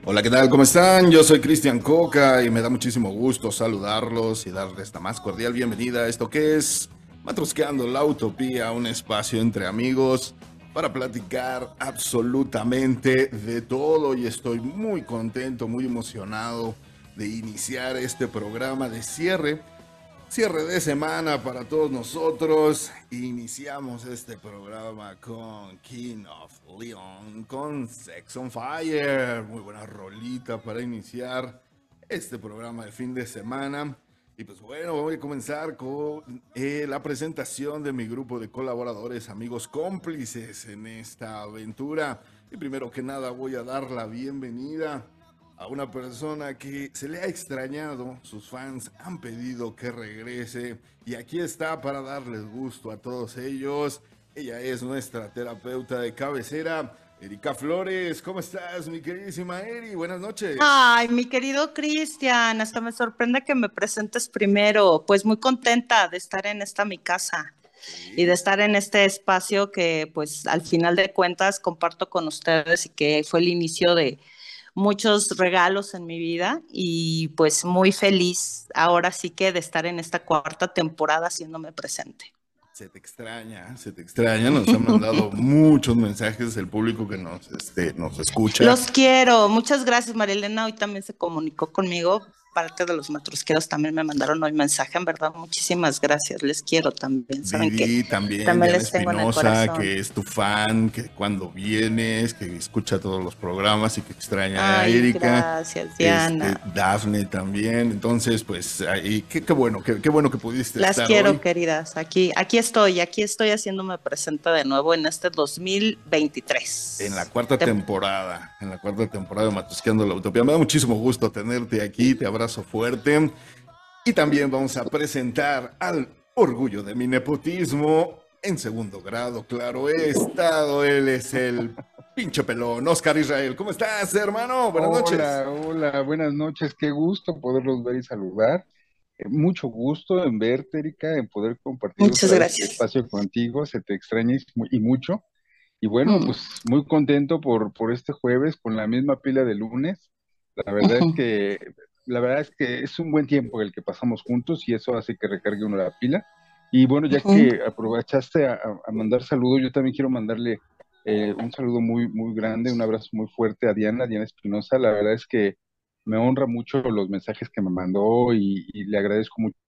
Hola, ¿qué tal? ¿Cómo están? Yo soy Cristian Coca y me da muchísimo gusto saludarlos y darles esta más cordial bienvenida a esto que es Matrosqueando la Utopía, un espacio entre amigos para platicar absolutamente de todo y estoy muy contento, muy emocionado de iniciar este programa de Cierre de semana para todos nosotros. Iniciamos este programa con King of Leon, con Sex on Fire. Muy buena rolita para iniciar este programa de fin de semana. Y pues bueno, voy a comenzar con la presentación de mi grupo de colaboradores, amigos cómplices en esta aventura. Y primero que nada voy a dar la bienvenida a una persona que se le ha extrañado, sus fans han pedido que regrese y aquí está para darles gusto a todos ellos. Ella es nuestra terapeuta de cabecera, Erika Flores. ¿Cómo estás, mi queridísima Eri? Buenas noches. Ay, mi querido Cristian, hasta me sorprende que me presentes primero. Pues muy contenta de estar en esta mi casa y de Sí, estar en este espacio que pues al final de cuentas comparto con ustedes y que fue el inicio de muchos regalos en mi vida y pues muy feliz ahora sí que de estar en esta cuarta temporada haciéndome presente. se te extraña. Nos han mandado muchos mensajes del público que nos escucha. Los quiero. Muchas gracias, Marilena. Hoy también se comunicó conmigo. Parte de los matrosqueros también me mandaron hoy mensaje. En verdad, muchísimas gracias. Les quiero también. Saben que Didi también, también Diana les tengo en el Espinosa, corazón. que es tu fan, que cuando vienes, que escucha todos los programas y que extraña a Ay, Erika, gracias, Diana. Dafne también. Entonces, pues, ahí, qué bueno, qué bueno que pudiste Las estar quiero, hoy queridas. Aquí estoy haciéndome presente de nuevo en este en 2023. la cuarta temporada de Matusqueando la Utopía. Me da muchísimo gusto tenerte aquí, te abrazo fuerte. Y también vamos a presentar al orgullo de mi nepotismo en segundo grado, claro, he estado, él es el pinche pelón, Oscar Israel. ¿Cómo estás, hermano? Buenas noches. Hola, hola, buenas noches, qué gusto poderlos ver y saludar. Mucho gusto en verte, Erika, en poder compartir Muchas otra vez el gracias. espacio contigo, se te extraña y mucho. Y bueno, Mm. pues muy contento por este jueves con la misma pila de lunes. La verdad es Ujú. que, la verdad es que es un buen tiempo el que pasamos juntos y eso hace que recargue uno la pila. Y bueno, ya Ujú. que aprovechaste a mandar saludos, yo también quiero mandarle un saludo muy, muy grande, un abrazo muy fuerte a Diana Espinosa. La verdad es que me honra mucho los mensajes que me mandó y le agradezco mucho.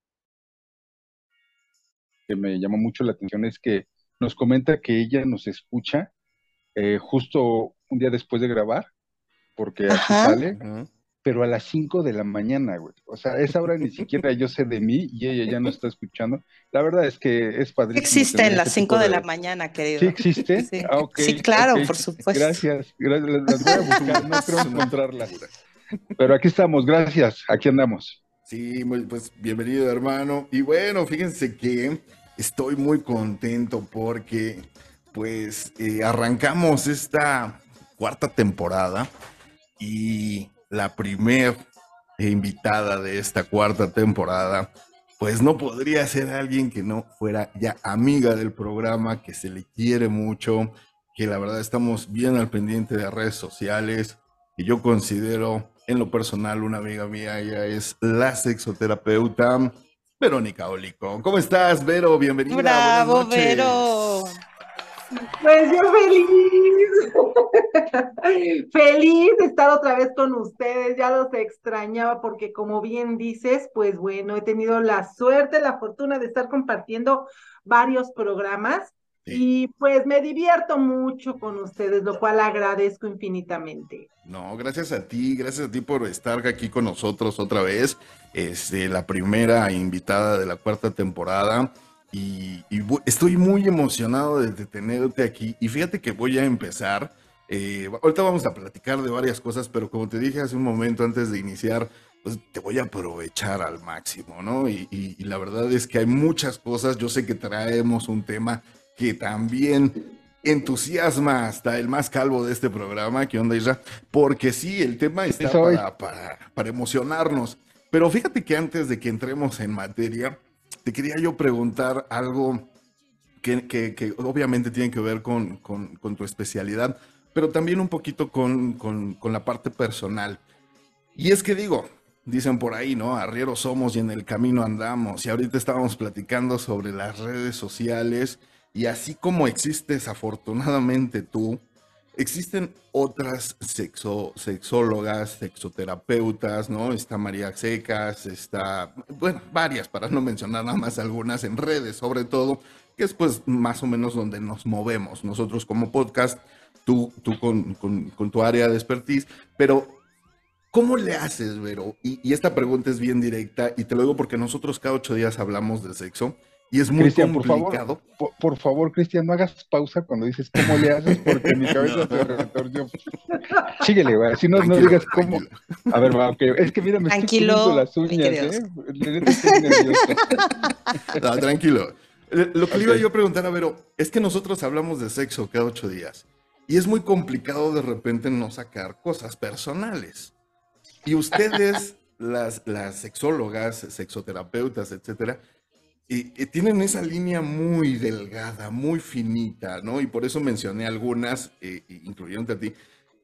Que me llamó mucho la atención es que nos comenta que ella nos escucha justo un día después de grabar, porque así Ajá. sale, Ujú. pero a las 5 de la mañana, güey. O sea, a esa hora ni siquiera yo sé de mí y ella ya no está escuchando. La verdad es que es padrísimo Existen tener las ese 5 tipo de la de... mañana, ¿Sí querido. existe? Sí, Ah, ok, sí, ok. claro, por supuesto. Gracias, las voy a buscar, no creo Es una encontrarlas. locura. Pero aquí estamos, gracias, aquí andamos. Sí, pues bienvenido, hermano. Y bueno, fíjense que estoy muy contento porque pues arrancamos esta cuarta temporada y la primer invitada de esta cuarta temporada, pues no podría ser alguien que no fuera ya amiga del programa, que se le quiere mucho, que la verdad estamos bien al pendiente de redes sociales, que yo considero en lo personal una amiga mía, ella es la sexoterapeuta Verónica Olico. ¿Cómo estás, Vero? Bienvenida, buenas Bravo, noches. Vero. Pues yo feliz, feliz de estar otra vez con ustedes, ya los extrañaba porque como bien dices, pues bueno, he tenido la suerte, la fortuna de estar compartiendo varios programas Sí. y pues me divierto mucho con ustedes, lo cual agradezco infinitamente. No, gracias a ti por estar aquí con nosotros otra vez. La primera invitada de la cuarta temporada. Estoy muy emocionado de tenerte aquí. Y fíjate que voy a empezar. Ahorita vamos a platicar de varias cosas, pero como te dije hace un momento antes de iniciar, pues te voy a aprovechar al máximo, ¿no? Y la verdad es que hay muchas cosas. Yo sé que traemos un tema que también entusiasma hasta el más calvo de este programa. ¿Qué onda, Isra? Porque sí, el tema está Soy. para emocionarnos. Pero fíjate que antes de que entremos en materia, te quería yo preguntar algo que obviamente tiene que ver con tu especialidad. pero también un poquito con la parte personal. Y es que digo, dicen por ahí, ¿no? Arrieros somos y en el camino andamos. Y ahorita estábamos platicando sobre las redes sociales y así como existes afortunadamente tú, existen otras sexólogas, sexoterapeutas, ¿no? Está María Secas, está, bueno, varias, para no mencionar nada más algunas en redes, sobre todo, que es pues más o menos donde nos movemos nosotros como podcast, tú con tu área de expertise, pero ¿cómo le haces, Vero? Y esta pregunta es bien directa y te lo digo porque nosotros cada 8 días hablamos de sexo y es muy Cristian, complicado. por favor, Cristian, no hagas pausa cuando dices cómo le haces, porque mi cabeza No, se retorció. Síguele, güey, si no, no tranquilo, digas cómo. tranquilo. A ver, va, ok. Es que mira, me estoy comiendo Tranquilo, las mi uñas, querido ¿eh? Oscar. La neta estoy nervioso. No, tranquilo. Lo que le iba Ok. yo a preguntar a Vero es que nosotros hablamos de sexo cada 8 días y es muy complicado de repente no sacar cosas personales. Y ustedes, las sexólogas, sexoterapeutas, etcétera, tienen esa línea muy delgada, muy finita, ¿no? Y por eso mencioné algunas, incluyendo a ti.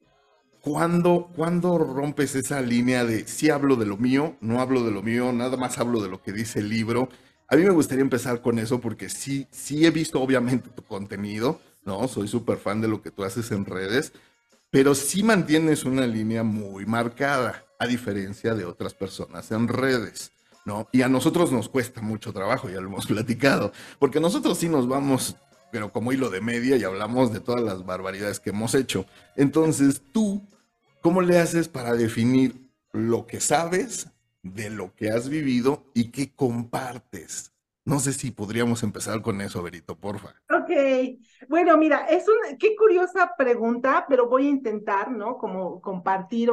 ¿Cuándo rompes esa línea de si hablo de lo mío, no hablo de lo mío, nada más hablo de lo que dice el libro? A mí me gustaría empezar con eso porque sí he visto obviamente tu contenido, ¿no? Soy súper fan de lo que tú haces en redes, pero sí mantienes una línea muy marcada, a diferencia de otras personas en redes, ¿no? Y a nosotros nos cuesta mucho trabajo, ya lo hemos platicado, porque nosotros sí nos vamos, pero como hilo de media y hablamos de todas las barbaridades que hemos hecho. Entonces, tú, ¿cómo le haces para definir lo que sabes de lo que has vivido y qué compartes? No sé si podríamos empezar con eso, Berito, porfa. Ok, bueno, mira, qué curiosa pregunta, pero voy a intentar, ¿no? Como compartir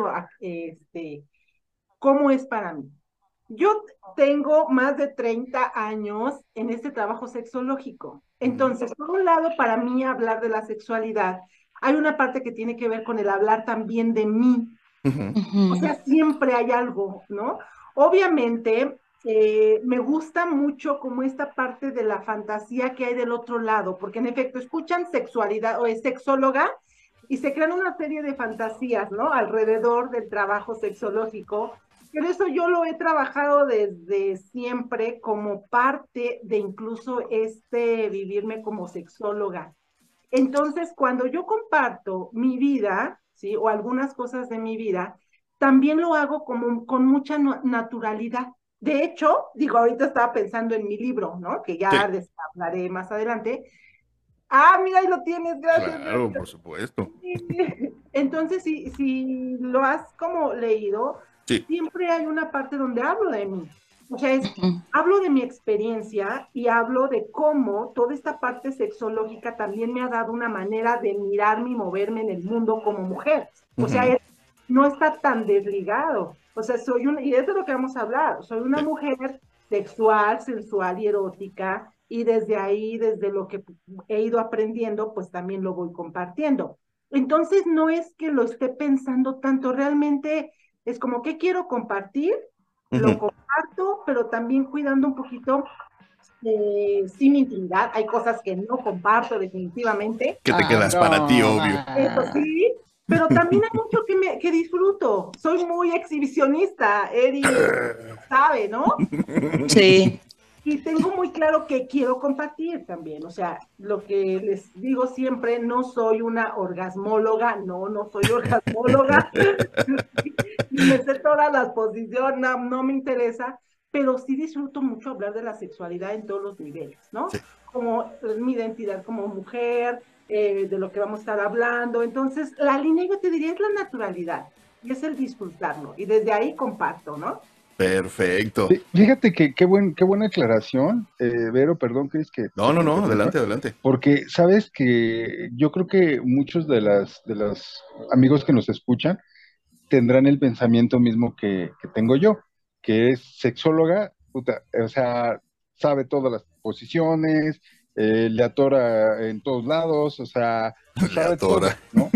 cómo es para mí. Yo tengo más de 30 años en este trabajo sexológico. Entonces, por un lado, para mí hablar de la sexualidad, hay una parte que tiene que ver con el hablar también de mí. Ujú, O sea, siempre hay algo, ¿no? Obviamente, me gusta mucho como esta parte de la fantasía que hay del otro lado, porque en efecto escuchan sexualidad o es sexóloga y se crean una serie de fantasías, ¿no? Alrededor del trabajo sexológico. Pero eso yo lo he trabajado desde siempre como parte de incluso vivirme como sexóloga. Entonces, cuando yo comparto mi vida, ¿sí? O algunas cosas de mi vida, también lo hago como con mucha naturalidad. De hecho, digo, ahorita estaba pensando en mi libro, ¿no? Que ya sí, les hablaré más adelante. Ah, mira, ahí lo tienes, gracias, claro, gracias. por supuesto. Entonces, si lo has como leído, Sí. siempre hay una parte donde hablo de mí. O sea, Ujú, hablo de mi experiencia y hablo de cómo toda esta parte sexológica también me ha dado una manera de mirarme y moverme en el mundo como mujer. O sea, Ujú, no está tan desligado. O sea, y de eso es lo que vamos a hablar, soy una sí. mujer sexual, sensual y erótica, y desde ahí, desde lo que he ido aprendiendo, pues también lo voy compartiendo. Entonces, no es que lo esté pensando tanto, realmente es como que quiero compartir, lo Ujú. comparto, pero también cuidando un poquito sí mi intimidad. Hay cosas que no comparto definitivamente, Que te ah, quedas para ti, obvio. eso broma. sí, pero también hay mucho que disfruto. Soy muy exhibicionista, Eri sabe, ¿no? Sí. Y tengo muy claro que quiero compartir también, o sea, lo que les digo siempre, no soy una orgasmóloga, no, no soy orgasmóloga, ni me sé todas las posiciones, no, no me interesa, pero sí disfruto mucho hablar de la sexualidad en todos los niveles, ¿no? Sí, Como mi identidad como mujer, de lo que vamos a estar hablando, entonces la línea yo te diría es la naturalidad, y es el disfrutarlo, y desde ahí comparto, ¿no? perfecto. Fíjate que qué buena aclaración, Vero, perdón, Cris, No, que no, te no, interrumpa, adelante, adelante. porque sabes que yo creo que muchos de los amigos que nos escuchan tendrán el pensamiento mismo que tengo yo, que es sexóloga, puta, o sea, sabe todas las posiciones, le atora en todos lados, o sea, Le sabe atora. todo, ¿no?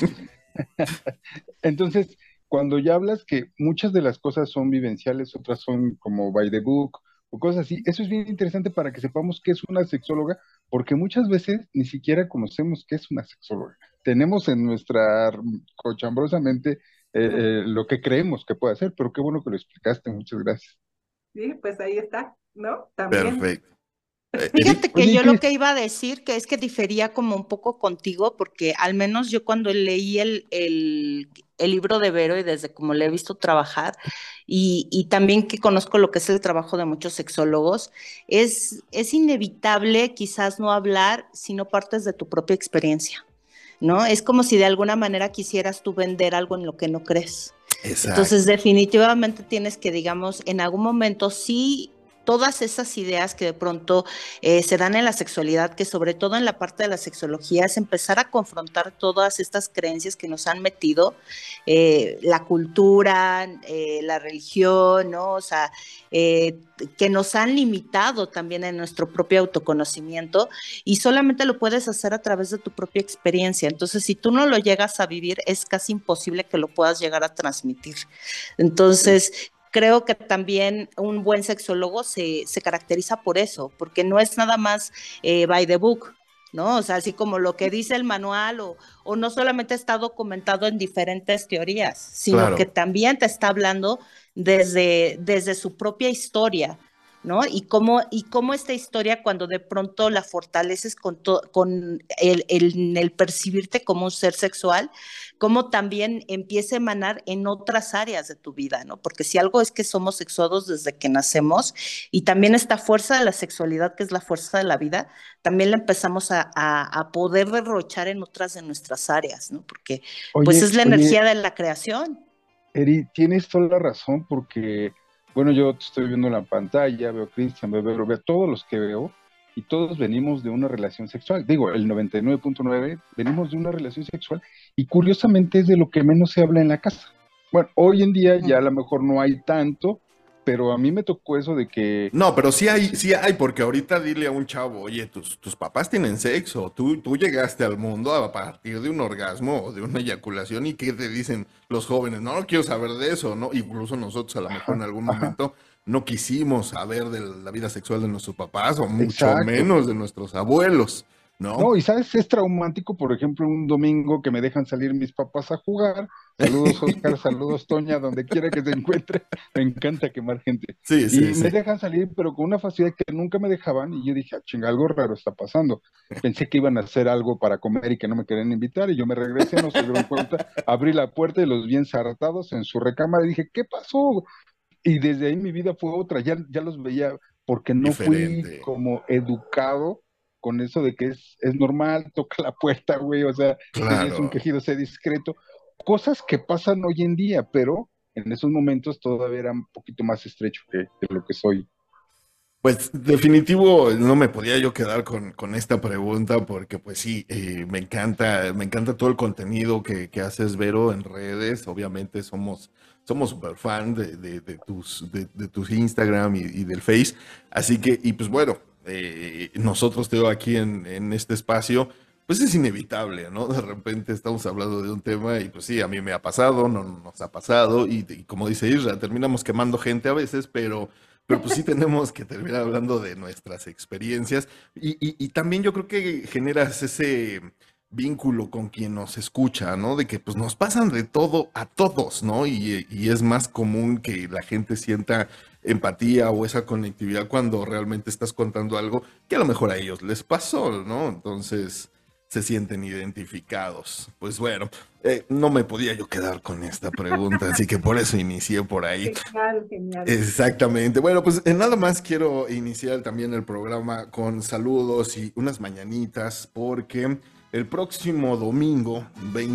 Entonces, cuando ya hablas que muchas de las cosas son vivenciales, otras son como by the book o cosas así, eso es bien interesante para que sepamos qué es una sexóloga, porque muchas veces ni siquiera conocemos qué es una sexóloga. tenemos en nuestra cochambrosamente lo que creemos que puede hacer, pero qué bueno que lo explicaste, muchas gracias. Sí, pues ahí está, ¿no? También. Perfecto. Eri, Fíjate que Oye, yo Cris, lo que iba a decir, que es que difería como un poco contigo, porque al menos yo cuando leí el libro de Vero y desde como le he visto trabajar, y también que conozco lo que es el trabajo de muchos sexólogos, es inevitable quizás no hablar si no partes de tu propia experiencia, ¿no? Es como si de alguna manera quisieras tú vender algo en lo que no crees. exacto. Entonces, definitivamente tienes que, digamos, en algún momento sí, todas esas ideas que de pronto se dan en la sexualidad, que sobre todo en la parte de la sexología, es empezar a confrontar todas estas creencias que nos han metido, la cultura, la religión, ¿no? O sea, que nos han limitado también en nuestro propio autoconocimiento y solamente lo puedes hacer a través de tu propia experiencia. Entonces, si tú no lo llegas a vivir, es casi imposible que lo puedas llegar a transmitir. Entonces, creo que también un buen sexólogo se caracteriza por eso, porque no es nada más by the book, ¿no? O sea, así como lo que dice el manual o no solamente está documentado en diferentes teorías, sino que Claro. también te está hablando desde su propia historia, ¿no? Y cómo esta historia, cuando de pronto la fortaleces con el percibirte como un ser sexual, cómo también empieza a emanar en otras áreas de tu vida, ¿no? Porque si algo es que somos sexuados desde que nacemos y también esta fuerza de la sexualidad, que es la fuerza de la vida, también la empezamos a poder derrochar en otras de nuestras áreas, ¿no? Porque pues es la oye, energía de la creación. Eri, tienes toda la razón porque, bueno, yo te estoy viendo en la pantalla, veo a Cristian, veo a todos los que veo y todos venimos de una relación sexual. Digo, el 99.9 venimos de una relación sexual y curiosamente es de lo que menos se habla en la casa. Bueno, hoy en día ya a lo mejor no hay tanto, pero a mí me tocó eso de que, No, pero sí hay, porque ahorita dile a un chavo, oye, tus papás tienen sexo, tú llegaste al mundo a partir de un orgasmo o de una eyaculación y ¿qué te dicen los jóvenes? No, no quiero saber de eso, ¿no? Incluso nosotros a lo mejor en ajá, algún ajá, momento no quisimos saber de la vida sexual de nuestros papás o mucho exacto. menos de nuestros abuelos, ¿no? No, y sabes, es traumático, por ejemplo, un domingo que me dejan salir mis papás a jugar. Saludos, Oscar, saludos, Toña, donde quiera que se encuentre. Me encanta quemar gente. Sí, sí, Y me sí. dejan salir, pero con una facilidad que nunca me dejaban. Y yo dije, ah, chinga, algo raro está pasando. Pensé que iban a hacer algo para comer y que no me querían invitar. Y yo me regresé, no se dieron cuenta. Abrí la puerta y los vi ensartados en su recámara. Y dije, ¿qué pasó? Y desde ahí mi vida fue otra. Ya los veía porque no fui Diferente, como educado con eso de que es normal, toca la puerta, güey, o sea, si oyes un claro. quejido, sé discreto. Cosas que pasan hoy en día, pero en esos momentos todavía era un poquito más estrecho que lo que soy. Pues definitivo, no me podía yo quedar con esta pregunta porque pues sí, me encanta todo el contenido que haces, Vero, en redes. Obviamente somos súper fan de tus Instagram y del Face. Así que, y pues bueno, nosotros te veo aquí en este espacio, pues es inevitable, ¿no? De repente estamos hablando de un tema y pues sí, a mí me ha pasado, no nos ha pasado y como dice Isra, terminamos quemando gente a veces, pero pues sí tenemos que terminar hablando de nuestras experiencias y también yo creo que generas ese vínculo con quien nos escucha, ¿no? De que pues nos pasan de todo a todos, ¿no? Y es más común que la gente sienta empatía o esa conectividad cuando realmente estás contando algo que a lo mejor a ellos les pasó, ¿no? Entonces se sienten identificados. Pues bueno, no me podía yo quedar con esta pregunta, así que por eso inicié por ahí. Genial, genial. Exactamente. Bueno, pues nada más quiero iniciar también el programa con saludos y unas mañanitas porque el próximo domingo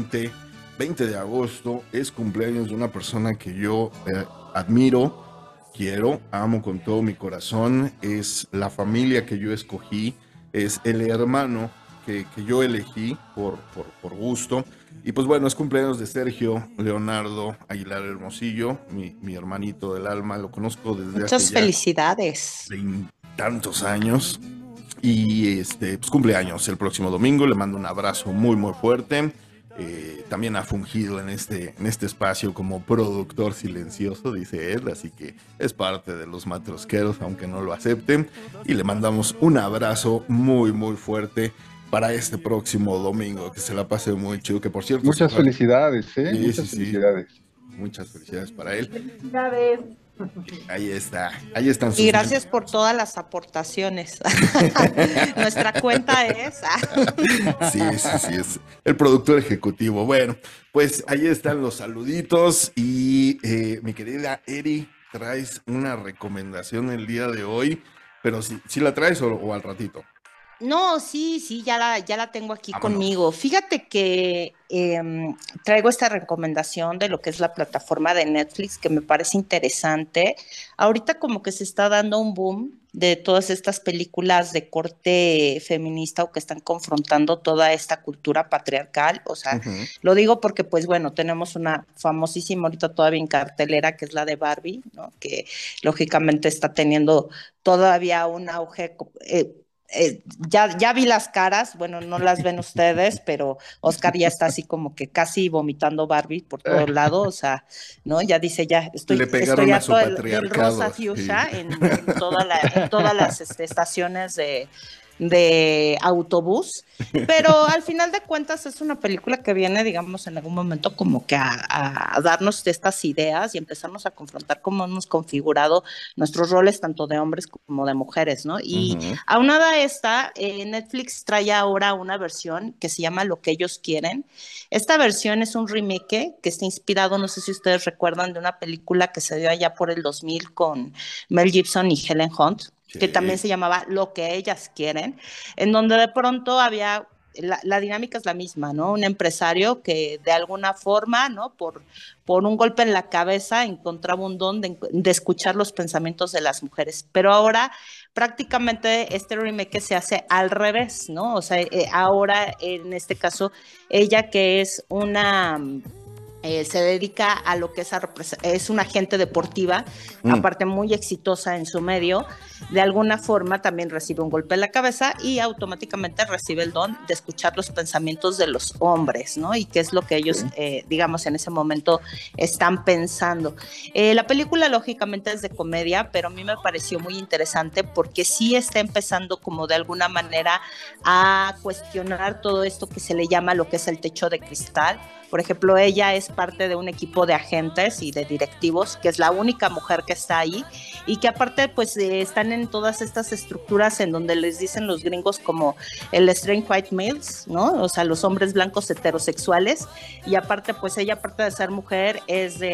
20 de agosto es cumpleaños de una persona que yo admiro, quiero, amo con todo mi corazón. Es la familia que yo escogí, es el hermano que yo elegí por gusto. Y pues bueno, es cumpleaños de Sergio Leonardo Aguilar Hermosillo, mi hermanito del alma, lo conozco desde hace Muchas ya felicidades. veintantos años. Y pues cumpleaños el próximo domingo, le mando un abrazo muy muy fuerte. También ha fungido en este espacio como productor silencioso, dice él, así que es parte de los matrosqueros, aunque no lo acepten. Y le mandamos un abrazo muy muy fuerte. para este próximo domingo, que se la pase muy chido, que por cierto... Muchas felicidades, Sí, muchas felicidades. Muchas felicidades para él. Felicidades. Ahí están sus... Y gracias por todas las aportaciones. Nuestra cuenta es... Sí, es el productor ejecutivo. Bueno, pues ahí están los saluditos y mi querida Eri, traes una recomendación el día de hoy, pero si la traes o al ratito. No, sí, ya la tengo aquí Vámonos. conmigo. Fíjate que traigo esta recomendación de lo que es la plataforma de Netflix, que me parece interesante. Ahorita como que se está dando un boom de todas estas películas de corte feminista o que están confrontando toda esta cultura patriarcal. O sea, lo digo porque, pues bueno, tenemos una famosísima ahorita todavía en cartelera, que es la de Barbie, ¿no? Que lógicamente está teniendo todavía un auge. Ya vi las caras, bueno, no las ven ustedes, pero Oscar ya está así como que casi vomitando Barbie por todo lado, o sea, ¿no? Ya dice, ya Le pegaron estoy a su harto del patriarcado, rosa fuchsia sí. en todas las estaciones de autobús, pero al final de cuentas es una película que viene, digamos, en algún momento como que a darnos estas ideas y empezarnos a confrontar cómo hemos configurado nuestros roles tanto de hombres como de mujeres, ¿no? Y aunada a esta, Netflix trae ahora una versión que se llama Lo que ellos quieren. Esta versión es un remake que está inspirado, no sé si ustedes recuerdan, de una película que se dio allá por el 2000 con Mel Gibson y Helen Hunt, que también se llamaba Lo que ellas quieren, en donde de pronto había, la dinámica es la misma, ¿no? Un empresario que de alguna forma, ¿no? Por un golpe en la cabeza encontraba un don de escuchar los pensamientos de las mujeres, pero ahora prácticamente este remake se hace al revés, ¿no? O sea, ahora en este caso, ella que es una... se dedica a lo que es una agente deportiva, aparte muy exitosa en su medio, de alguna forma también recibe un golpe en la cabeza y automáticamente recibe el don de escuchar los pensamientos de los hombres, ¿no? Y qué es lo que ellos, digamos, en ese momento están pensando. La película lógicamente es de comedia, pero a mí me pareció muy interesante porque sí está empezando como de alguna manera a cuestionar todo esto que se le llama lo que es el techo de cristal. Por ejemplo, ella es parte de un equipo de agentes y de directivos, que es la única mujer que está ahí, y que aparte pues están en todas estas estructuras en donde les dicen los gringos como el straight white males, ¿no? O sea, los hombres blancos heterosexuales, y aparte pues ella, aparte de ser mujer,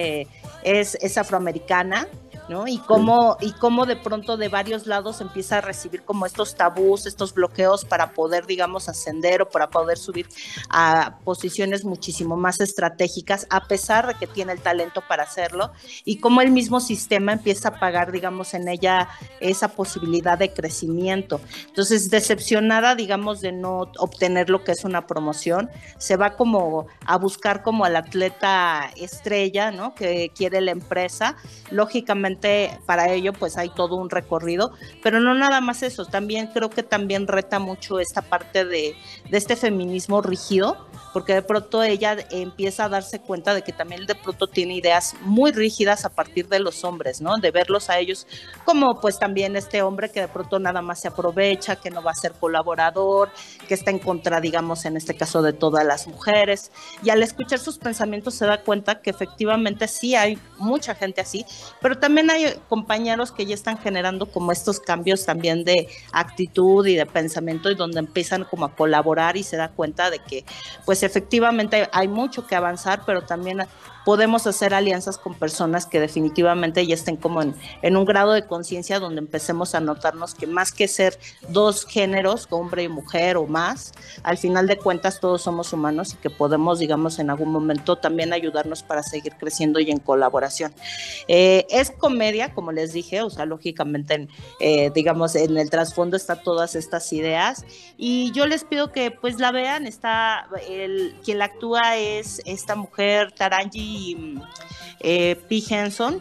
es afroamericana, ¿no? Y cómo de pronto de varios lados empieza a recibir como estos tabús, estos bloqueos para poder, digamos, ascender o para poder subir a posiciones muchísimo más estratégicas, a pesar de que tiene el talento para hacerlo, y cómo el mismo sistema empieza a pagar, digamos, en ella esa posibilidad de crecimiento. Entonces, decepcionada, digamos, de no obtener lo que es una promoción, se va como a buscar como al atleta estrella, ¿no? Que quiere la empresa. Lógicamente, para ello pues hay todo un recorrido, pero no nada más eso, también creo que también reta mucho esta parte de este feminismo rígido, porque de pronto ella empieza a darse cuenta de que también de pronto tiene ideas muy rígidas a partir de los hombres, ¿no? De verlos a ellos como pues también este hombre que de pronto nada más se aprovecha, que no va a ser colaborador, que está en contra, digamos, en este caso de todas las mujeres, y al escuchar sus pensamientos se da cuenta que efectivamente sí hay mucha gente así, pero también hay compañeros que ya están generando como estos cambios también de actitud y de pensamiento, y donde empiezan como a colaborar y se da cuenta de que pues efectivamente hay mucho que avanzar, pero también podemos hacer alianzas con personas que definitivamente ya estén como en un grado de conciencia donde empecemos a notarnos que más que ser dos géneros, hombre y mujer o más, al final de cuentas todos somos humanos y que podemos, digamos, en algún momento también ayudarnos para seguir creciendo y en colaboración. Es comedia, como les dije, o sea, lógicamente, digamos, en el trasfondo están todas estas ideas, y yo les pido que pues la vean. Quien la actúa es esta mujer, Taraji P. Henson,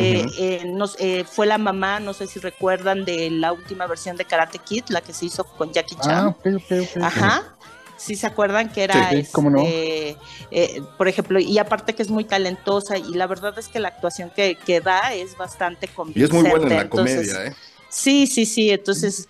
que fue la mamá, no sé si recuerdan, de la última versión de Karate Kid, la que se hizo con Jackie Chan. Okay. Ajá. Sí, se acuerdan que era, ¿cómo no? por ejemplo, y aparte que es muy talentosa, y la verdad es que la actuación que da es bastante convincente. Y es muy buena en la comedia, Sí, sí, sí, entonces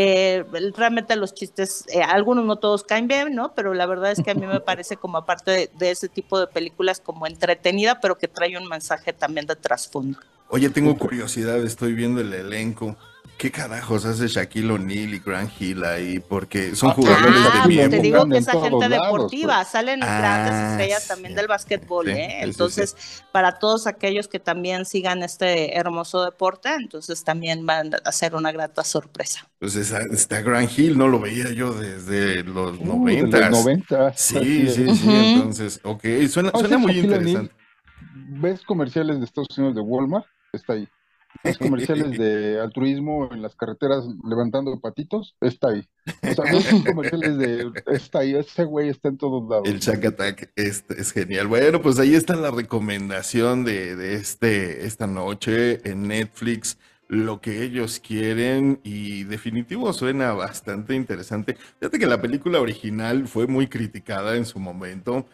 realmente los chistes, algunos no todos caen bien, ¿no? Pero la verdad es que a mí me parece como aparte de ese tipo de películas como entretenida, pero que trae un mensaje también de trasfondo. Oye, tengo curiosidad, estoy viendo el elenco. ¿Qué carajos hace Shaquille O'Neal y Grant Hill ahí? Porque son jugadores de Ah, pues bien. te digo que en es todos agente lados, deportiva, pues. salen grandes estrellas también del básquetbol, Sí, ¿eh? sí, sí, Entonces, para todos aquellos que también sigan este hermoso deporte, entonces también van a ser una grata sorpresa. Pues está Grant Hill, no lo veía yo desde los De los 90s. 90, así Sí, es. sí, sí, Ujú. entonces, ok, No, suena ese muy Shaquille O'Neal, interesante. ves comerciales de Estados Unidos de Walmart, está ahí. Ves comerciales de altruismo en las carreteras levantando patitos, está ahí. O sea, ves comerciales está ahí, ese güey está en todos El lados, Shack maldito. Attack es genial. Bueno, pues ahí está la recomendación de esta noche en Netflix, lo que ellos quieren y definitivo suena bastante interesante. Fíjate que la película original fue muy criticada en su momento.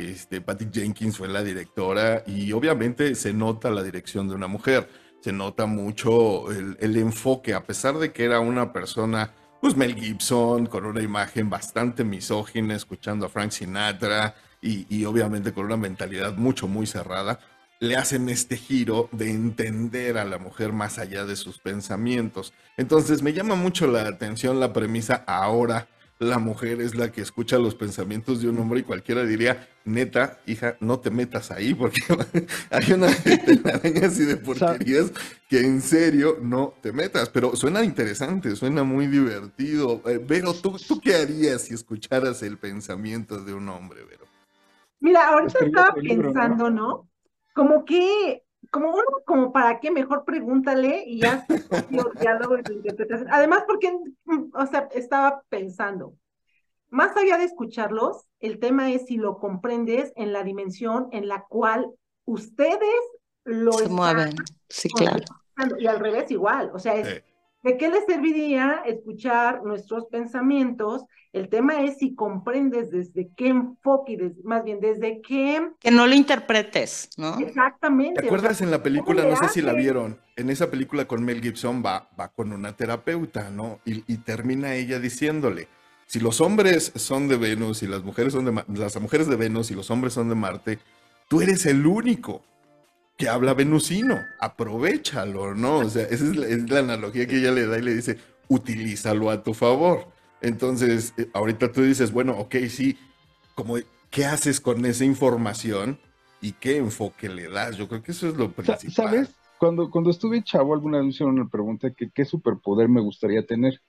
Patty Jenkins fue la directora y obviamente se nota la dirección de una mujer, se nota mucho el enfoque, a pesar de que era una persona pues Mel Gibson, con una imagen bastante misógina, escuchando a Frank Sinatra y obviamente con una mentalidad muy cerrada, le hacen este giro de entender a la mujer más allá de sus pensamientos. Entonces me llama mucho la atención la premisa ahora. La mujer es la que escucha los pensamientos de un hombre y cualquiera diría, neta, hija, no te metas ahí porque hay una de telarañas y de Sa- porquerías que en serio no te metas, pero suena interesante, suena muy divertido. Vero, ¿tú qué harías si escucharas el pensamiento de un hombre, Vero? Mira, ahorita Escribí estaba otro libro, ¿no? pensando, ¿no? Como que, como uno, como para qué, mejor pregúntale y haz tu propio diálogo y tu interpretación. Además, porque, o sea, estaba pensando, más allá de escucharlos, el tema es si lo comprendes en la dimensión en la cual ustedes lo Se están mueven, sí, claro. y al revés igual, o sea, es, Eh, ¿de qué les serviría escuchar nuestros pensamientos? El tema es si comprendes desde qué enfoque, más bien desde qué Que no lo interpretes, ¿no? ¿Te exactamente, o sea, acuerdas en la ¿cómo película? le No sé si la haces? vieron. En esa película con Mel Gibson va con una terapeuta, ¿no? Y termina ella diciéndole, si los hombres son de Venus y las mujeres son las mujeres de Venus y los hombres son de Marte, tú eres el único que habla venusino, aprovéchalo, ¿no? O sea, esa es la analogía que ella le da y le dice, utilízalo a tu favor. Entonces, ahorita tú dices, bueno, ok, sí, como, ¿qué haces con esa información y qué enfoque le das? Yo creo que eso es lo principal. ¿Sabes? Cuando estuve chavo, alguna vez me hicieron una pregunta que qué superpoder me gustaría tener.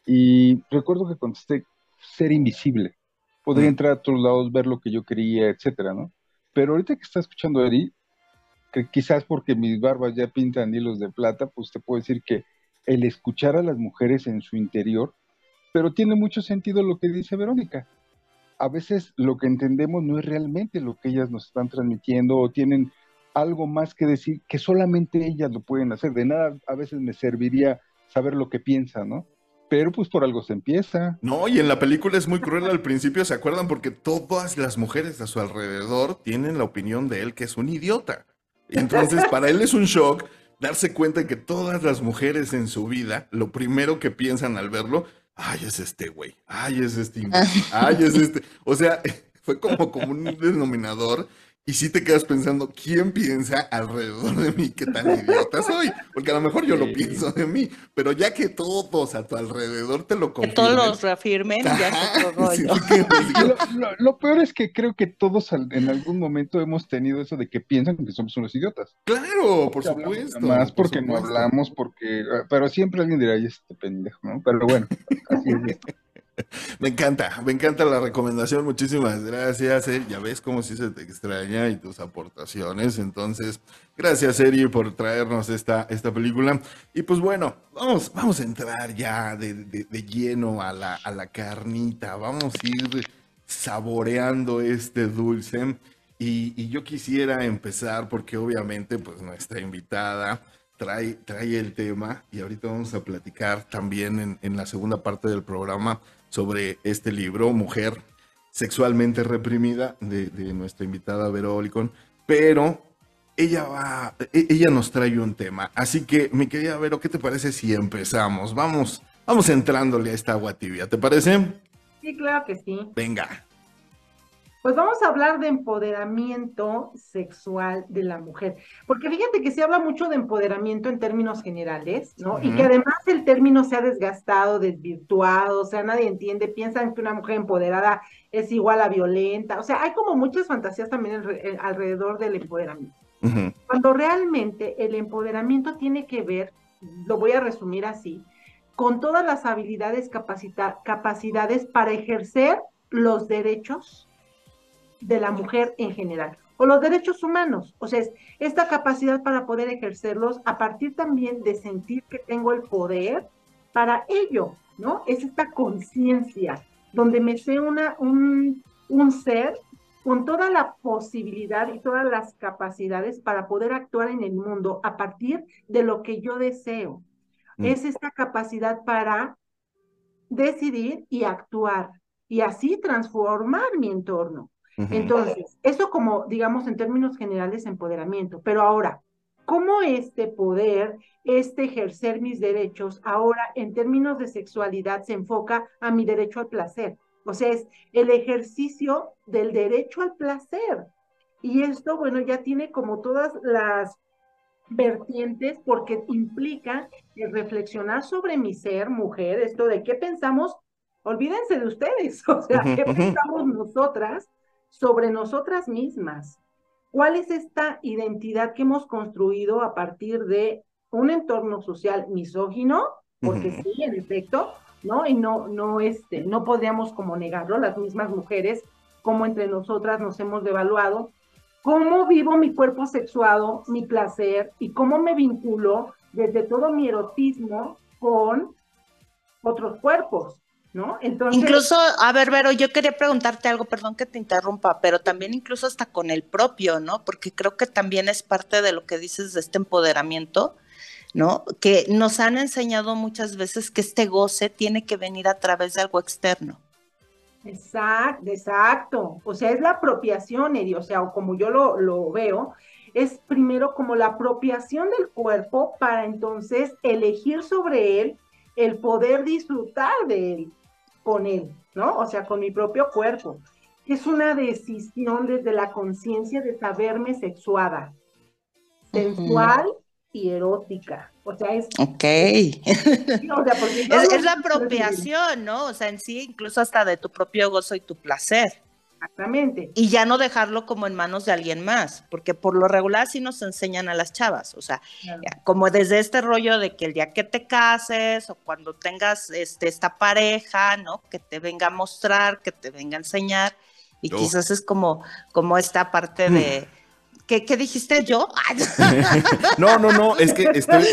Y recuerdo que contesté ser invisible. Podría Mm. entrar a todos lados, ver lo que yo quería, etcétera, ¿no? Pero ahorita que está escuchando a Eri, que quizás porque mis barbas ya pintan hilos de plata, pues te puedo decir que el escuchar a las mujeres en su interior, pero tiene mucho sentido lo que dice Verónica. A veces lo que entendemos no es realmente lo que ellas nos están transmitiendo o tienen algo más que decir que solamente ellas lo pueden hacer. De nada a veces me serviría saber lo que piensan, ¿no? Pero pues por algo se empieza. No, y en la película es muy cruel al principio, ¿se acuerdan? Porque todas las mujeres a su alrededor tienen la opinión de él que es un idiota. Y entonces para él es un shock darse cuenta de que todas las mujeres en su vida, lo primero que piensan al verlo, ay, es este güey, ay, es este imbécil, ay, es este. O sea, fue como un denominador. Y si te quedas pensando, ¿quién piensa alrededor de mí qué tan idiota soy? Porque a lo mejor yo lo Eh, pienso de mí, pero ya que todos a tu alrededor te lo Que todos confirmen, los reafirmen, ya es otro ajá, sí rollo. te quedas así y como, lo peor es que creo que todos en algún momento hemos tenido eso de que piensan que somos unos idiotas. claro, por Porque hablamos de más, supuesto, por porque no supuesto. hablamos, porque... Pero siempre alguien dirá, ay, este pendejo, ¿no? Pero bueno, así es esto. Me encanta la recomendación, muchísimas gracias. Ya ves cómo sí se te extraña y tus aportaciones. Entonces, gracias, Eri, por traernos esta película. Y pues bueno, vamos a entrar ya de lleno a la carnita. Vamos a ir saboreando este dulce. Y yo quisiera empezar porque obviamente pues nuestra invitada trae el tema y ahorita vamos a platicar también en la segunda parte del programa sobre este libro, Mujer sexualmente reprimida, de nuestra invitada Vero Olicón, pero ella nos trae un tema. Así que, mi querida Vero, ¿qué te parece si empezamos? Vamos entrándole a esta agua tibia, ¿te parece? Sí, claro que sí. Venga. Pues vamos a hablar de empoderamiento sexual de la mujer, porque fíjate que se habla mucho de empoderamiento en términos generales, ¿no? Y que además el término se ha desgastado, desvirtuado, o sea, nadie entiende, piensan que una mujer empoderada es igual a violenta, o sea, hay como muchas fantasías también alrededor del empoderamiento. Cuando realmente el empoderamiento tiene que ver, lo voy a resumir así, con todas las habilidades, capacidades para ejercer los derechos de la mujer en general, o los derechos humanos, o sea, es esta capacidad para poder ejercerlos a partir también de sentir que tengo el poder para ello, ¿no? Es esta conciencia, donde me sé un ser con toda la posibilidad y todas las capacidades para poder actuar en el mundo a partir de lo que yo deseo. Es esta capacidad para decidir y actuar, y así transformar mi entorno. Entonces, eso como, digamos, en términos generales, empoderamiento. Pero ahora, ¿cómo este poder, este ejercer mis derechos, ahora en términos de sexualidad se enfoca a mi derecho al placer? O sea, es el ejercicio del derecho al placer. Y esto, bueno, ya tiene como todas las vertientes porque implica el reflexionar sobre mi ser, mujer, esto de qué pensamos, olvídense de ustedes, o sea, qué pensamos nosotras sobre nosotras mismas. ¿Cuál es esta identidad que hemos construido a partir de un entorno social misógino? Porque sí, en efecto, ¿no? Y no podríamos como negarlo, las mismas mujeres, como entre nosotras nos hemos devaluado, cómo vivo mi cuerpo sexuado, mi placer y cómo me vinculo desde todo mi erotismo con otros cuerpos, ¿no? Entonces, incluso, a ver, Vero, yo quería preguntarte algo, perdón que te interrumpa, pero también incluso hasta con el propio, ¿no? Porque creo que también es parte de lo que dices de este empoderamiento, ¿no? Que nos han enseñado muchas veces que este goce tiene que venir a través de algo externo. Exacto. O sea, es la apropiación, Eri, o sea, o como yo lo veo, es primero como la apropiación del cuerpo para entonces elegir sobre él el poder disfrutar de él, con él, ¿no? O sea, con mi propio cuerpo. Es una decisión desde la conciencia de saberme sexuada, sensual y erótica. O sea, Ok. o sea, porque yo Es la apropiación, ¿no? O sea, en sí, incluso hasta de tu propio gozo y tu placer. Exactamente. Y ya no dejarlo como en manos de alguien más, porque por lo regular sí nos enseñan a las chavas, o sea, como desde este rollo de que el día que te cases o cuando tengas esta pareja, ¿no? Que te venga a mostrar, que te venga a enseñar, y quizás es como esta parte de... ¿Qué dijiste yo? No, es que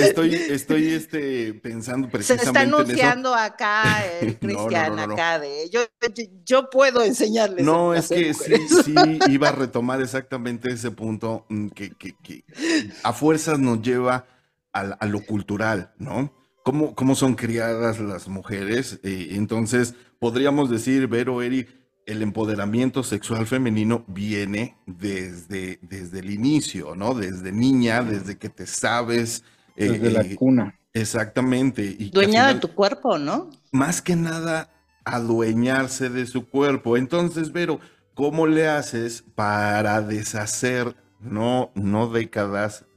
estoy pensando precisamente se está anunciando en eso. acá el Cristian, acá de yo puedo enseñarles. No, es que sí iba a retomar exactamente ese punto que a fuerzas nos lleva a lo cultural, ¿no? ¿Cómo son criadas las mujeres? Entonces, podríamos decir, Vero, Eri, el empoderamiento sexual femenino viene desde el inicio, ¿no? Desde niña, desde que te sabes. Desde la cuna. Exactamente. Y dueña de tu cuerpo, ¿no? Más que nada, adueñarse de su cuerpo. Entonces, Vero, ¿cómo le haces para deshacer, no décadas,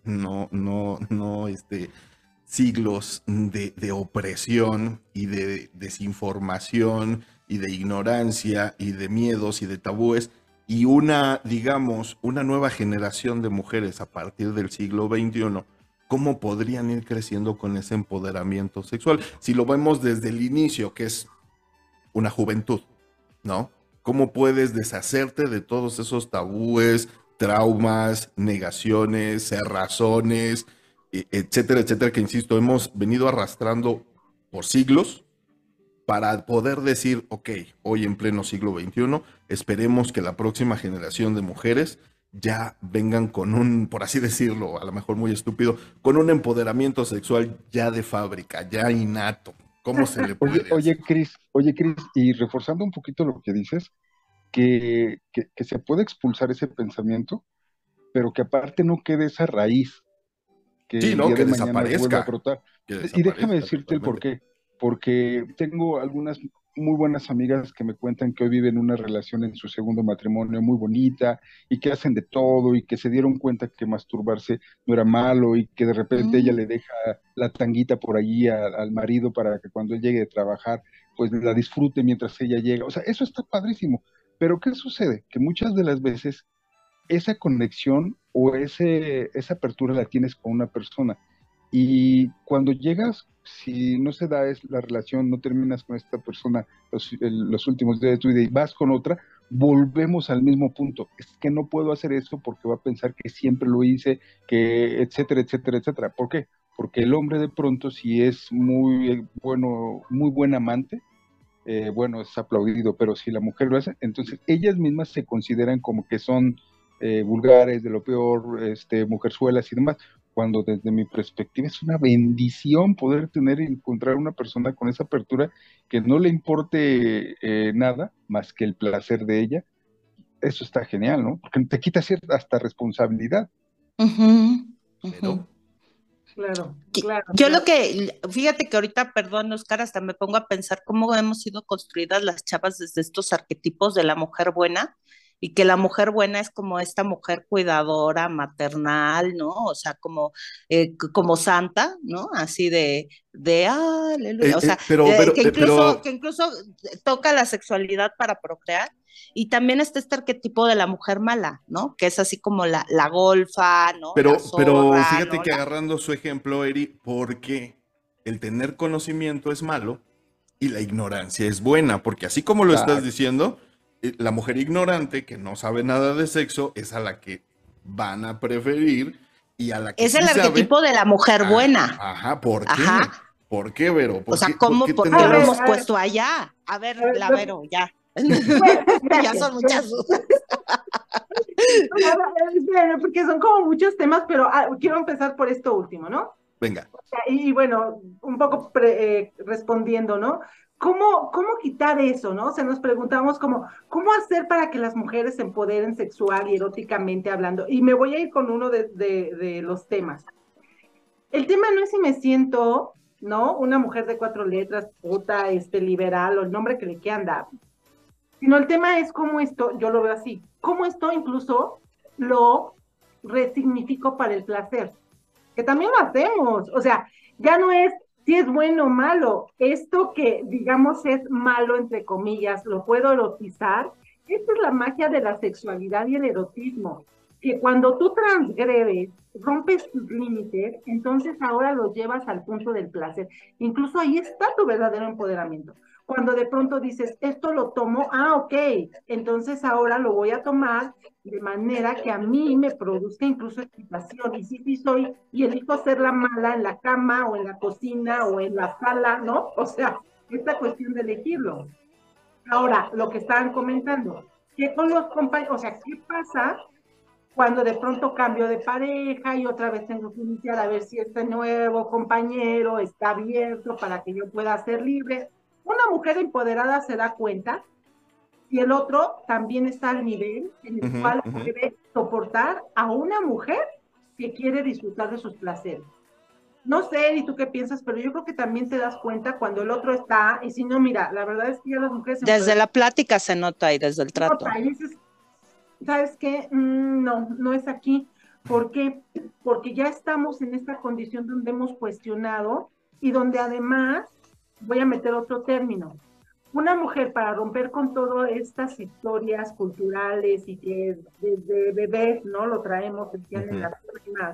no, siglos de opresión y de desinformación y de ignorancia y de miedos y de tabúes y digamos, una nueva generación de mujeres a partir del siglo XXI? ¿Cómo podrían ir creciendo con ese empoderamiento sexual? Si lo vemos desde el inicio, que es una juventud, ¿no? ¿Cómo puedes deshacerte de todos esos tabúes, traumas, negaciones, cerrazones, etcétera, etcétera, que insisto, hemos venido arrastrando por siglos para poder decir, ok, hoy en pleno siglo XXI, esperemos que la próxima generación de mujeres ya vengan con por así decirlo, a lo mejor muy estúpido, con un empoderamiento sexual ya de fábrica, ya innato? ¿Cómo se le puede hacer? Oye, Cris, y reforzando un poquito lo que dices, que se puede expulsar ese pensamiento, pero que aparte no quede esa raíz que Sí, el ¿no? día Que de mañana vuelva a desaparezca. brotar. Que Y déjame desaparezca decirte el por totalmente. qué. Porque tengo algunas muy buenas amigas que me cuentan que hoy viven una relación en su segundo matrimonio muy bonita y que hacen de todo y que se dieron cuenta que masturbarse no era malo y que de repente ella Mm. le deja la tanguita por allí al marido para que cuando él llegue de trabajar, pues la disfrute mientras ella llega. O sea, eso está padrísimo. Pero ¿qué sucede? Que muchas de las veces esa conexión o esa apertura la tienes con una persona. Y cuando llegas, si no se da la relación, no terminas con esta persona los últimos días de tu vida y vas con otra, volvemos al mismo punto. Es que no puedo hacer eso porque va a pensar que siempre lo hice, que etcétera, etcétera, etcétera. ¿Por qué? Porque el hombre de pronto, si es muy bueno, muy buen amante, bueno, es aplaudido, pero si la mujer lo hace, entonces ellas mismas se consideran como que son vulgares, de lo peor, mujerzuelas y demás, cuando desde mi perspectiva es una bendición poder tener y encontrar una persona con esa apertura que no le importe nada más que el placer de ella. Eso está genial, ¿no? Porque te quita cierta hasta responsabilidad. Ujú, ujú. Pero, Claro, claro, Yo lo claro. que, fíjate que ahorita, perdón, Oscar, hasta me pongo a pensar cómo hemos sido construidas las chavas desde estos arquetipos de la mujer buena y que la mujer buena es como esta mujer cuidadora, maternal, ¿no? O sea, como santa, ¿no? Así aleluya. O sea, que incluso toca la sexualidad para procrear. Y también está este arquetipo de la mujer mala, ¿no? Que es así como la golfa, ¿no? La pero zorra, fíjate ¿no? que agarrando su ejemplo, Eri, porque el tener conocimiento es malo y la ignorancia es buena, porque así como lo estás Exacto. diciendo, la mujer ignorante que no sabe nada de sexo es a la que van a preferir y a la que Es sí el sabe, arquetipo de la mujer buena. ajá, ¿por qué? Ajá. ¿Por qué, Vero? O sea, Por qué ¿por qué lo hemos tenemos... A ver, puesto allá? A a ver, ver, la Vero, ya. bueno, Ya gracias, son muchas gracias. dudas. Bueno, porque son como muchos temas, pero quiero empezar por esto último, ¿no? Venga, Y bueno, un poco respondiendo, ¿no? ¿Cómo quitar eso, ¿no? O sea, nos preguntamos ¿cómo hacer para que las mujeres se empoderen sexual y eróticamente hablando? Y me voy a ir con uno de los temas. El tema no es si me siento, ¿no? Una mujer de 4 letras, puta, liberal, o el nombre que le quieran dar, sino el tema es cómo esto, yo lo veo así, cómo esto incluso lo resignifico para el placer, que también lo hacemos, o sea, ya no es si es bueno o malo, esto que digamos es malo, entre comillas, lo puedo erotizar, esta es la magia de la sexualidad y el erotismo, que cuando tú transgredes, rompes tus límites, entonces ahora lo llevas al punto del placer, incluso ahí está tu verdadero empoderamiento. Cuando de pronto dices, esto lo tomo, ok, entonces ahora lo voy a tomar de manera que a mí me produzca incluso excitación. Y sí, sí soy, y elijo ser la mala en la cama o en la cocina o en la sala, ¿no? O sea, esta cuestión de elegirlo. Ahora, lo que estaban comentando, que con los compañeros, o sea, ¿qué pasa cuando de pronto cambio de pareja y otra vez tengo que iniciar a ver si este nuevo compañero está abierto para que yo pueda ser libre? Una mujer empoderada se da cuenta y el otro también está al nivel en el ujú, cual ujú. puede soportar a una mujer que quiere disfrutar de sus placeres. No sé, ¿y tú qué piensas? Pero yo creo que también te das cuenta cuando el otro está, y si no, mira, la verdad es que ya las mujeres Desde empoderadas la plática se nota y desde el trato. y dices, ¿sabes qué? No, no es aquí. ¿Por qué? Porque ya estamos en esta condición donde hemos cuestionado y donde además, voy a meter otro término, una mujer para romper con todas estas historias culturales y que desde bebés, ¿no? Lo traemos en Ujú. las primas.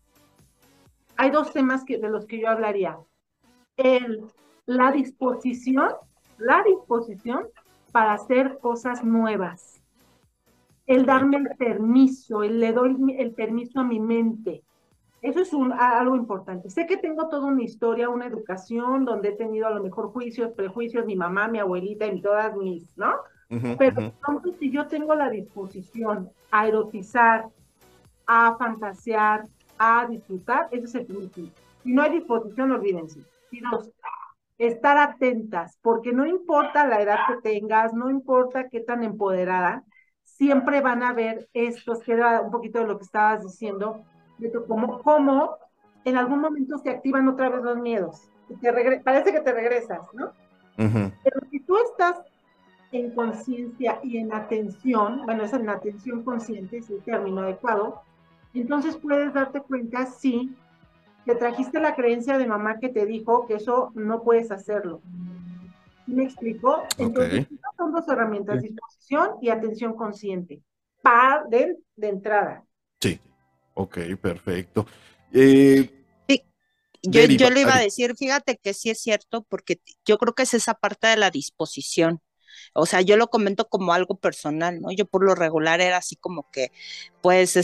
Hay dos temas de los que yo hablaría. El, la disposición, la disposición para hacer cosas nuevas, el Ok. darme el permiso, le doy el permiso a mi mente. Eso es algo importante. Sé que tengo toda una historia, una educación, donde he tenido a lo mejor juicios, prejuicios, mi mamá, mi abuelita y todas mis, ¿no? Ujú, Pero ujú. entonces si yo tengo la disposición a erotizar, a fantasear, a disfrutar, ese es el primer punto. Si no hay disposición, olvídense. Y dos, estar atentas, porque no importa la edad que tengas, no importa qué tan empoderada, siempre van a ver estos, que era un poquito de lo que estabas diciendo, de cómo en algún momento se activan otra vez los miedos. Parece que te regresas, ¿no? Ujú. Pero si tú estás en conciencia y en atención, bueno, es en atención consciente, es el término adecuado, entonces puedes darte cuenta si te trajiste la creencia de mamá que te dijo que eso no puedes hacerlo. ¿Me explico? Entonces, Ok. estas son dos herramientas, Sí. disposición y atención consciente, de entrada. Sí. Ok, perfecto. Eh, Sí, yo Deriva. le iba a decir, fíjate que sí es cierto, porque yo creo que es esa parte de la disposición. O sea, yo lo comento como algo personal, ¿no? Yo por lo regular era así como que, pues,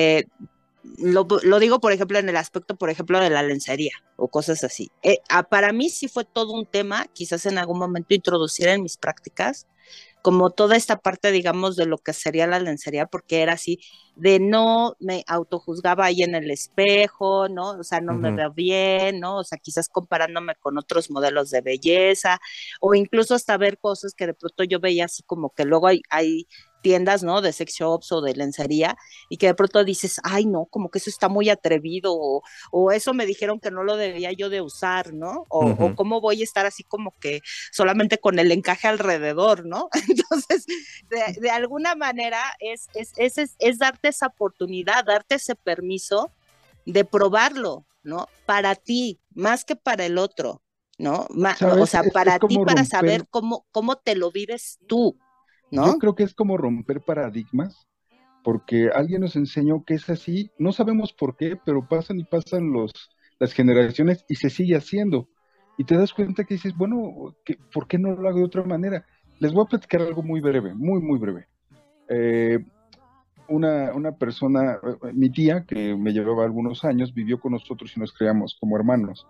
lo digo, por ejemplo, en el aspecto, por ejemplo, de la lencería o cosas así. Para mí sí fue todo un tema, quizás en algún momento introducir en mis prácticas, como toda esta parte, digamos, de lo que sería la lencería, porque era así, de no me autojuzgaba ahí en el espejo, ¿no? O sea, no me Ujú. veo bien, ¿no? O sea, quizás comparándome con otros modelos de belleza, o incluso hasta ver cosas que de pronto yo veía así como que luego hay tiendas, ¿no? De sex shops o de lencería, y que de pronto dices, ay, no, como que eso está muy atrevido, o eso me dijeron que no lo debía yo de usar, ¿no? O Ujú. cómo voy a estar así como que solamente con el encaje alrededor, ¿no? Entonces, de alguna manera es darte esa oportunidad, darte ese permiso de probarlo, ¿no? Para ti, más que para el otro, ¿no? O ¿Sabes? sea, Es para ti, como para romper, saber cómo te lo vives tú, yo ¿no? creo que es como romper paradigmas, porque alguien nos enseñó que es así, no sabemos por qué, pero pasan y pasan las generaciones y se sigue haciendo. Y te das cuenta que dices, bueno, ¿por qué no lo hago de otra manera? Les voy a platicar algo muy breve, muy, muy breve. Eh, una persona, mi tía, que me llevaba algunos años, vivió con nosotros y nos creamos como hermanos.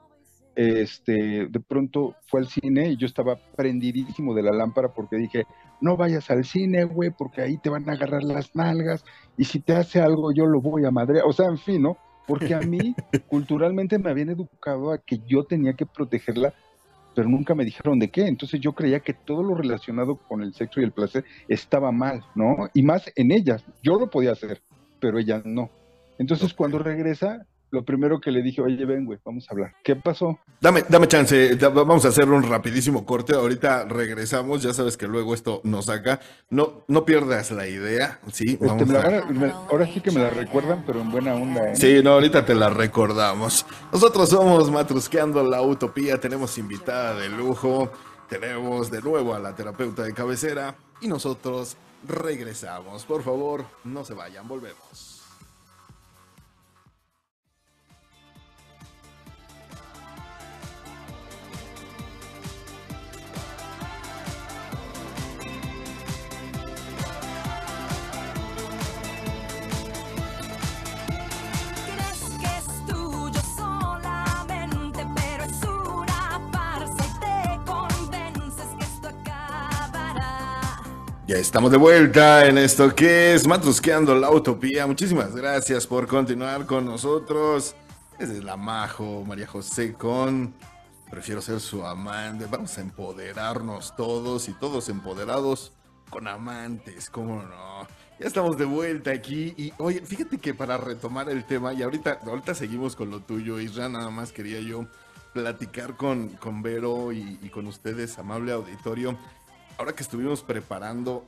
De pronto fue al cine y yo estaba prendidísimo de la lámpara porque dije, no vayas al cine, güey, porque ahí te van a agarrar las nalgas y si te hace algo yo lo voy a madrear, o sea, en fin, ¿no? Porque a mí culturalmente me habían educado a que yo tenía que protegerla, pero nunca me dijeron de qué, entonces yo creía que todo lo relacionado con el sexo y el placer estaba mal, ¿no? Y más en ellas, yo lo podía hacer, pero ella no. Entonces Ok. cuando regresa, lo primero que le dije, oye, ven, güey, vamos a hablar. ¿Qué pasó? Dame chance, vamos a hacer un rapidísimo corte. Ahorita regresamos, ya sabes que luego esto nos saca. No pierdas la idea, ¿sí? Me Vamos la a. ahora sí que me la recuerdan, pero en buena onda, ¿eh? Sí, no, ahorita te la recordamos. Nosotros somos Matrusqueando la Utopía, tenemos invitada de lujo, tenemos de nuevo a la terapeuta de cabecera y nosotros regresamos. Por favor, no se vayan, volvemos. Crees que es tuyo solamente, pero es una farsa y te convences que esto acabará. Ya estamos de vuelta en esto que es Matrusqueando la Utopía. Muchísimas gracias por continuar con nosotros. Desde la Majo, María José con Prefiero ser su amante. Vamos a empoderarnos todos y todos empoderados con amantes, ¿cómo no? Ya estamos de vuelta aquí y oye, fíjate que para retomar el tema y ahorita seguimos con lo tuyo, Isra, nada más quería yo platicar con Vero y con ustedes, amable auditorio. Ahora que estuvimos preparando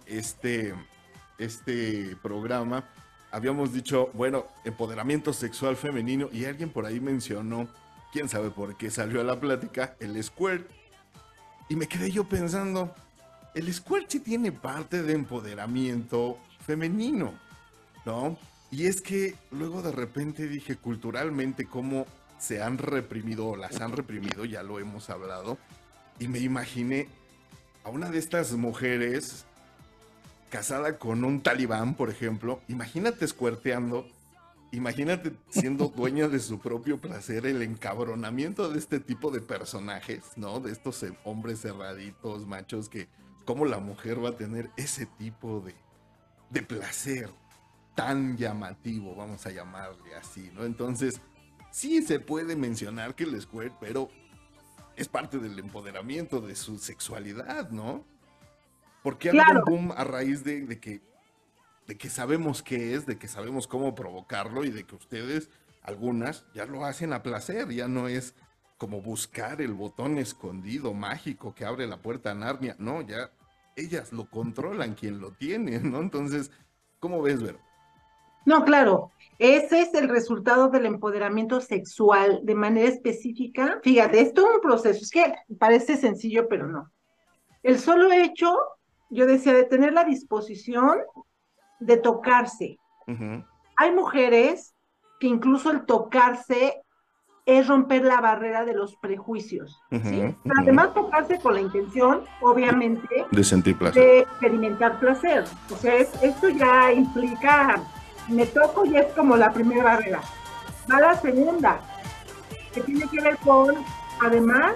este programa, habíamos dicho, bueno, empoderamiento sexual femenino y alguien por ahí mencionó, quién sabe por qué salió a la plática, el squirt. Y me quedé yo pensando, el squirt sí tiene parte de empoderamiento femenino, ¿no? Y es que luego de repente dije culturalmente cómo se han reprimido o las han reprimido, ya lo hemos hablado, y me imaginé a una de estas mujeres casada con un talibán, por ejemplo, imagínate escuerteando, imagínate siendo dueña de su propio placer, el encabronamiento de este tipo de personajes, ¿no? De estos hombres cerraditos, machos, que cómo la mujer va a tener ese tipo de placer tan llamativo, vamos a llamarle así, ¿no? Entonces, sí se puede mencionar que el squirt, pero es parte del empoderamiento de su sexualidad, ¿no? Porque ha habido un Claro, boom a raíz de que de que sabemos qué es, de que sabemos cómo provocarlo y de que ustedes, algunas, ya lo hacen a placer, ya no es como buscar el botón escondido mágico que abre la puerta a Narnia, no, ya ellas lo controlan quien lo tiene, ¿no? Entonces, ¿cómo ves, Vero? No, claro, ese es el resultado del empoderamiento sexual de manera específica. Fíjate, es todo un proceso, es que parece sencillo, pero no. El solo hecho, yo decía, de tener la disposición de tocarse. Ujú, Hay mujeres que incluso el tocarse es romper la barrera de los prejuicios, ¿sí? ujú, Pero ujú. además tocarse con la intención, obviamente, De sentir placer. de experimentar placer. O sea, esto ya implica, me toco y es como la primera barrera. Va la segunda, que tiene que ver con, además,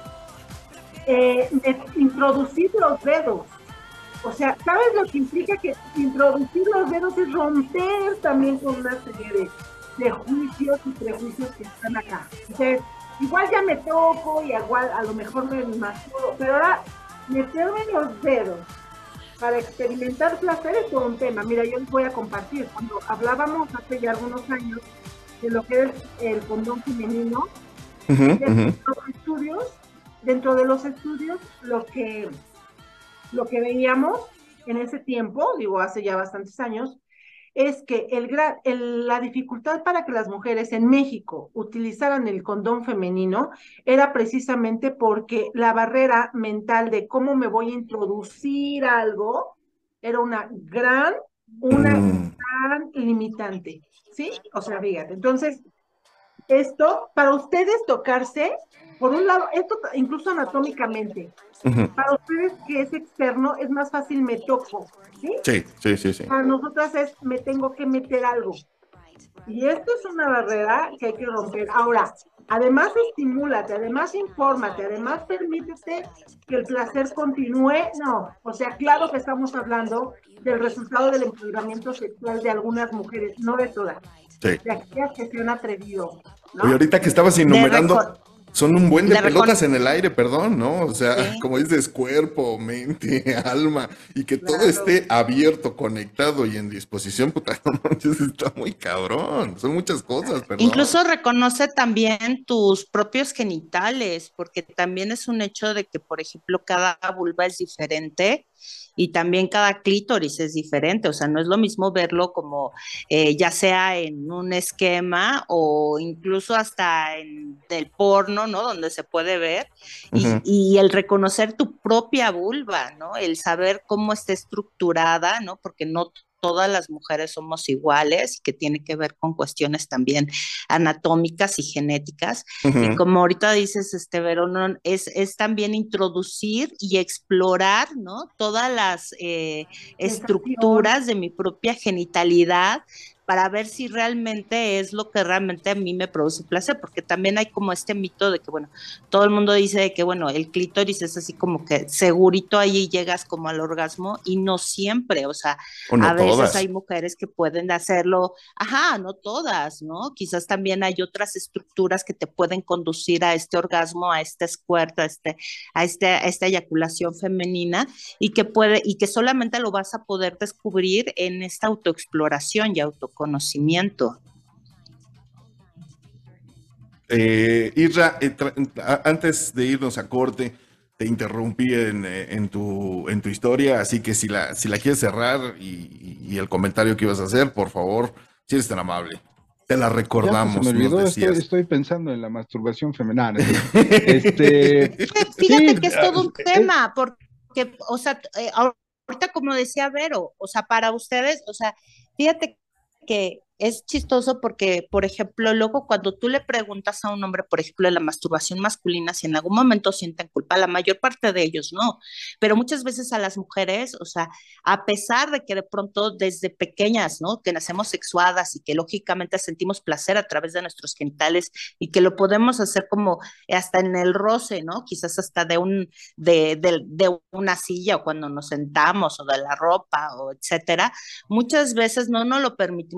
introducir los dedos. O sea, ¿sabes lo que implica que introducir los dedos es romper también con una serie de juicios y prejuicios que están acá? Entonces, igual ya me toco y igual a lo mejor me masturbo, pero ahora meterme los dedos para experimentar placer es todo un tema. Mira, yo les voy a compartir. Cuando hablábamos hace ya algunos años de lo que es el condón femenino, Ujú, dentro ujú. de dentro de los estudios, lo que veíamos en ese tiempo, digo, hace ya bastantes años, es que la dificultad para que las mujeres en México utilizaran el condón femenino era precisamente porque la barrera mental de cómo me voy a introducir algo era una Mm, gran limitante, ¿sí? O sea, fíjate, entonces, esto, para ustedes tocarse, por un lado, esto incluso anatómicamente, ujú. para ustedes que es externo, es más fácil me toco, ¿sí? Sí, sí, sí, sí. Para nosotras es me tengo que meter algo. Y esto es una barrera que hay que romper. Ahora, además estimúlate, además infórmate, además permítete que el placer continúe. No, o sea, claro que estamos hablando del resultado del empoderamiento sexual de algunas mujeres, no de todas, Sí. de aquellas que se han atrevido, Oye, ¿no? ahorita que estabas De, enumerando, reco- son un buen de de recon- pelotas en el aire, perdón, ¿no? O sea, sí. como dices, cuerpo, mente, alma, y que todo Claro. esté abierto, conectado y en disposición, puta, no manches, está muy cabrón. Son muchas cosas, perdón. Incluso reconoce también tus propios genitales, porque también es un hecho de que, por ejemplo, cada vulva es diferente y también cada clítoris es diferente. O sea, no es lo mismo verlo como ya sea en un esquema o incluso hasta en el porno, ¿no? Donde se puede ver. Ujú. Y el reconocer tu propia vulva, ¿no? El saber cómo está estructurada, ¿no? Porque no todas las mujeres somos iguales y que tiene que ver con cuestiones también anatómicas y genéticas. Y Ujú. como ahorita dices, Verón, es también introducir y explorar, ¿no? Todas las Sensación. estructuras de mi propia genitalidad para ver si realmente es lo que realmente a mí me produce placer, porque también hay como este mito de que, bueno, todo el mundo dice de que, bueno, el clítoris es así como que segurito ahí llegas como al orgasmo y no siempre, o sea, O no a veces todas. hay mujeres que pueden hacerlo, ajá, no todas, ¿no? Quizás también hay otras estructuras que te pueden conducir a este orgasmo, a este squirt, a esta eyaculación femenina y que solamente lo vas a poder descubrir en esta autoexploración y autoconocimiento. Isra, antes de irnos a corte, te interrumpí en tu historia, así que si la quieres cerrar y el comentario que ibas a hacer, por favor, si eres tan amable. Te la Ya hasta se me recordamos, nos olvidó, decías. estoy pensando en la masturbación femenina, ¿no es cierto? Este, Fíjate sí, que es todo un tema, porque, o sea, ahorita como decía Vero, o sea, para ustedes, o sea, fíjate que es chistoso porque, por ejemplo, luego cuando tú le preguntas a un hombre, por ejemplo, de la masturbación masculina, si en algún momento sienten culpa, la mayor parte de ellos no, pero muchas veces a las mujeres, o sea, a pesar de que de pronto desde pequeñas, ¿no? Que nacemos sexuadas y que lógicamente sentimos placer a través de nuestros genitales y que lo podemos hacer como hasta en el roce, ¿no? Quizás hasta de una silla o cuando nos sentamos o de la ropa o etcétera. Muchas veces no nos lo permitimos porque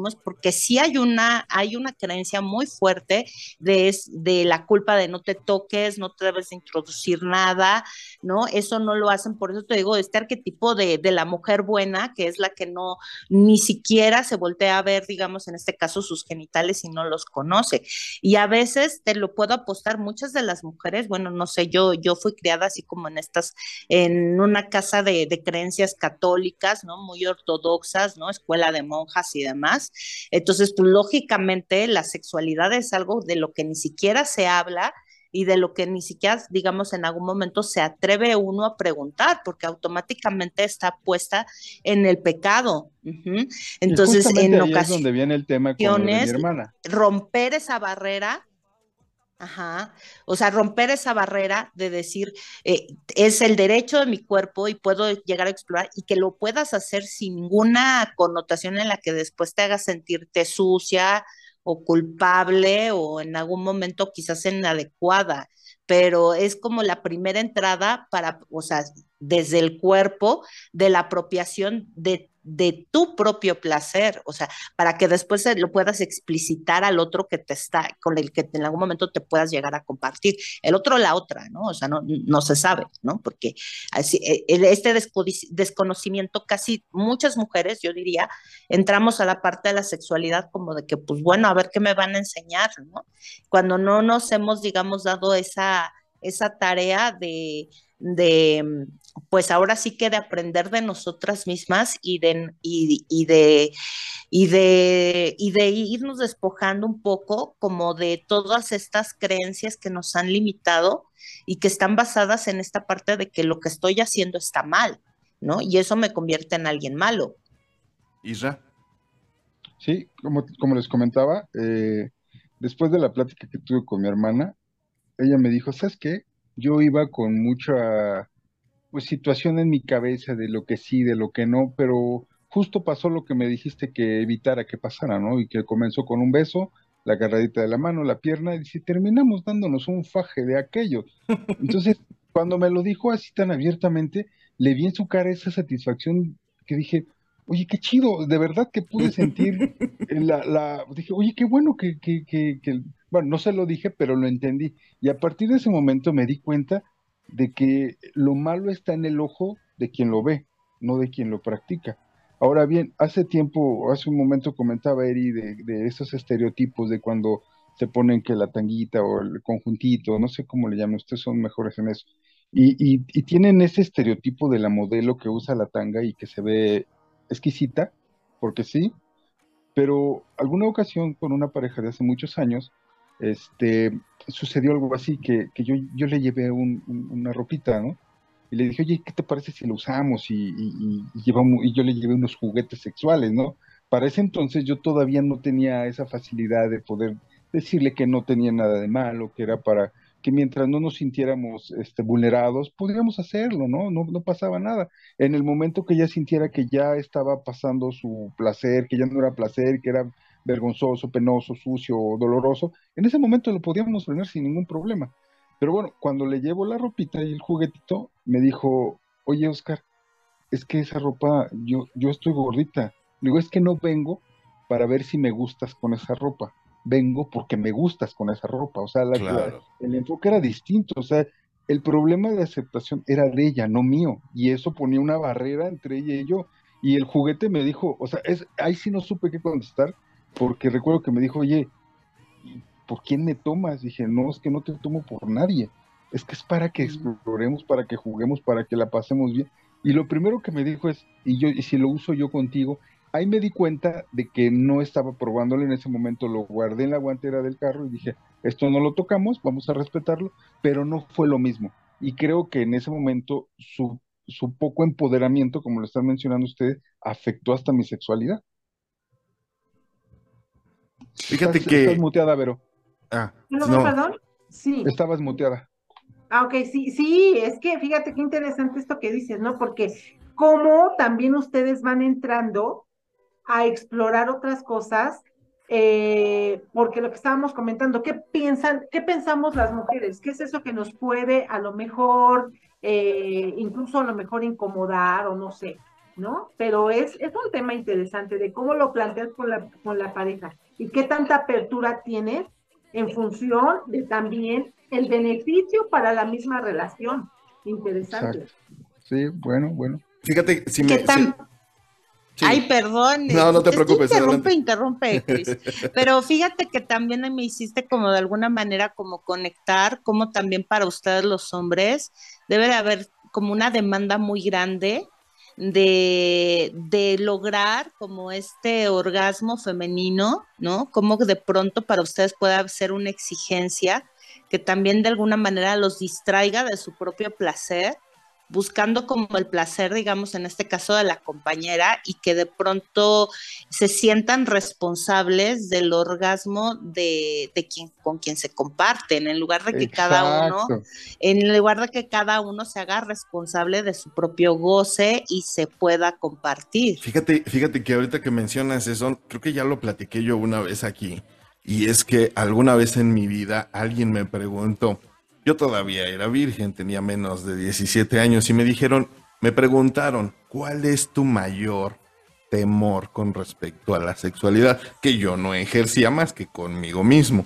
porque sí hay una creencia muy fuerte de la culpa de no te toques, no te debes introducir nada, ¿no? Eso no lo hacen, por eso te digo, este arquetipo de la mujer buena, que es la que no, ni siquiera se voltea a ver, digamos, en este caso, sus genitales y no los conoce. Y a veces te lo puedo apostar, muchas de las mujeres, bueno, no sé, yo fui criada así como en una casa de creencias católicas, ¿no? Muy ortodoxas, ¿no? Escuela de monjas y demás. Entonces, pues lógicamente la sexualidad es algo de lo que ni siquiera se habla y de lo que ni siquiera, digamos, en algún momento se atreve uno a preguntar, porque automáticamente está puesta en el pecado. Uh-huh. Y Entonces, justamente en ahí es donde viene el tema con lo de mi ocasiones, hermana. romper esa barrera. Ajá, o sea, romper esa barrera de decir, es el derecho de mi cuerpo y puedo llegar a explorar y que lo puedas hacer sin ninguna connotación en la que después te haga sentirte sucia o culpable o en algún momento quizás inadecuada, pero es como la primera entrada para, o sea, desde el cuerpo, de la apropiación de tu propio placer, o sea, para que después lo puedas explicitar al otro que te está, con el que en algún momento te puedas llegar a compartir. El otro, la otra, ¿no? O sea, no se sabe, ¿no? Porque así, este desconocimiento, casi muchas mujeres, yo diría, entramos a la parte de la sexualidad como de que, pues bueno, a ver qué me van a enseñar, ¿no? Cuando no nos hemos, digamos, dado esa tarea de pues ahora sí que de aprender de nosotras mismas y de irnos despojando un poco como de todas estas creencias que nos han limitado y que están basadas en esta parte de que lo que estoy haciendo está mal, ¿no? Y eso me convierte en alguien malo. Isra. Sí, como les comentaba, después de la plática que tuve con mi hermana, ella me dijo, ¿sabes qué? Yo iba con mucha pues situación en mi cabeza de lo que sí, de lo que no, pero justo pasó lo que me dijiste que evitara que pasara, ¿no? Y que comenzó con un beso, la agarradita de la mano, la pierna, y si terminamos dándonos un faje de aquello. Entonces, cuando me lo dijo así tan abiertamente, le vi en su cara esa satisfacción que dije, oye, qué chido, de verdad que pude sentir dije, oye, qué bueno bueno, no se lo dije, pero lo entendí. Y a partir de ese momento me di cuenta de que lo malo está en el ojo de quien lo ve, no de quien lo practica. Ahora bien, hace un momento comentaba Eri de esos estereotipos de cuando se ponen que la tanguita o el conjuntito, no sé cómo le llaman, ustedes son mejores en eso. Y tienen ese estereotipo de la modelo que usa la tanga y que se ve exquisita, porque sí, pero alguna ocasión con una pareja de hace muchos años, sucedió algo así, que yo le llevé una ropita, ¿no? Y le dije, oye, ¿qué te parece si lo usamos? Y yo le llevé unos juguetes sexuales, ¿no? Para ese entonces yo todavía no tenía esa facilidad de poder decirle que no tenía nada de malo, que era para que mientras no nos sintiéramos vulnerados, podríamos hacerlo, ¿no? No pasaba nada. En el momento que ella sintiera que ya estaba pasando su placer, que ya no era placer, que era vergonzoso, penoso, sucio, doloroso, en ese momento lo podíamos frenar sin ningún problema. Pero bueno, cuando le llevo la ropita y el juguetito, me dijo, oye, Oscar, es que esa ropa, yo estoy gordita. Le digo, es que no vengo para ver si me gustas con esa ropa. Vengo porque me gustas con esa ropa. O sea, Claro. el enfoque era distinto. O sea, el problema de aceptación era de ella, no mío. Y eso ponía una barrera entre ella y yo. Y el juguete me dijo, o sea, ahí sí no supe qué contestar, porque recuerdo que me dijo, oye, ¿por quién me tomas? Dije, no, es que no te tomo por nadie. Es que es para que exploremos, para que juguemos, para que la pasemos bien. Y lo primero que me dijo es, y si lo uso yo contigo, ahí me di cuenta de que no estaba probándolo en ese momento, lo guardé en la guantera del carro y dije, esto no lo tocamos, vamos a respetarlo, pero no fue lo mismo. Y creo que en ese momento su poco empoderamiento, como lo están mencionando ustedes, afectó hasta mi sexualidad. Fíjate Estás que. muteada, Vero. Ah, No, no. perdón. Sí. Estabas muteada. Ah, ok, sí, es que fíjate qué interesante esto que dices, ¿no? Porque cómo también ustedes van entrando a explorar otras cosas, porque lo que estábamos comentando, qué pensamos las mujeres? ¿Qué es eso que nos puede a lo mejor, incluso a lo mejor incomodar o no sé? ¿no? Pero es un tema interesante de cómo lo planteas con la pareja y qué tanta apertura tienes en función de también el beneficio para la misma relación. Interesante. Exacto. Sí, bueno. Fíjate, si ¿Qué me... tan? Sí. Ay, perdón, No, no te es que preocupes, adelante. interrumpe, Chris. Pero fíjate que también me hiciste como de alguna manera como conectar, como también para ustedes los hombres debe de haber como una demanda muy grande de lograr como este orgasmo femenino, ¿no? Como de pronto para ustedes pueda ser una exigencia que también de alguna manera los distraiga de su propio placer buscando como el placer, digamos, en este caso de la compañera, y que de pronto se sientan responsables del orgasmo de quien, con quien se comparten, en lugar de que Exacto. cada uno se haga responsable de su propio goce y se pueda compartir. Fíjate que ahorita que mencionas eso, creo que ya lo platiqué yo una vez aquí, y es que alguna vez en mi vida alguien me preguntó, yo todavía era virgen, tenía menos de 17 años, y me preguntaron, ¿cuál es tu mayor temor con respecto a la sexualidad? Que yo no ejercía más que conmigo mismo.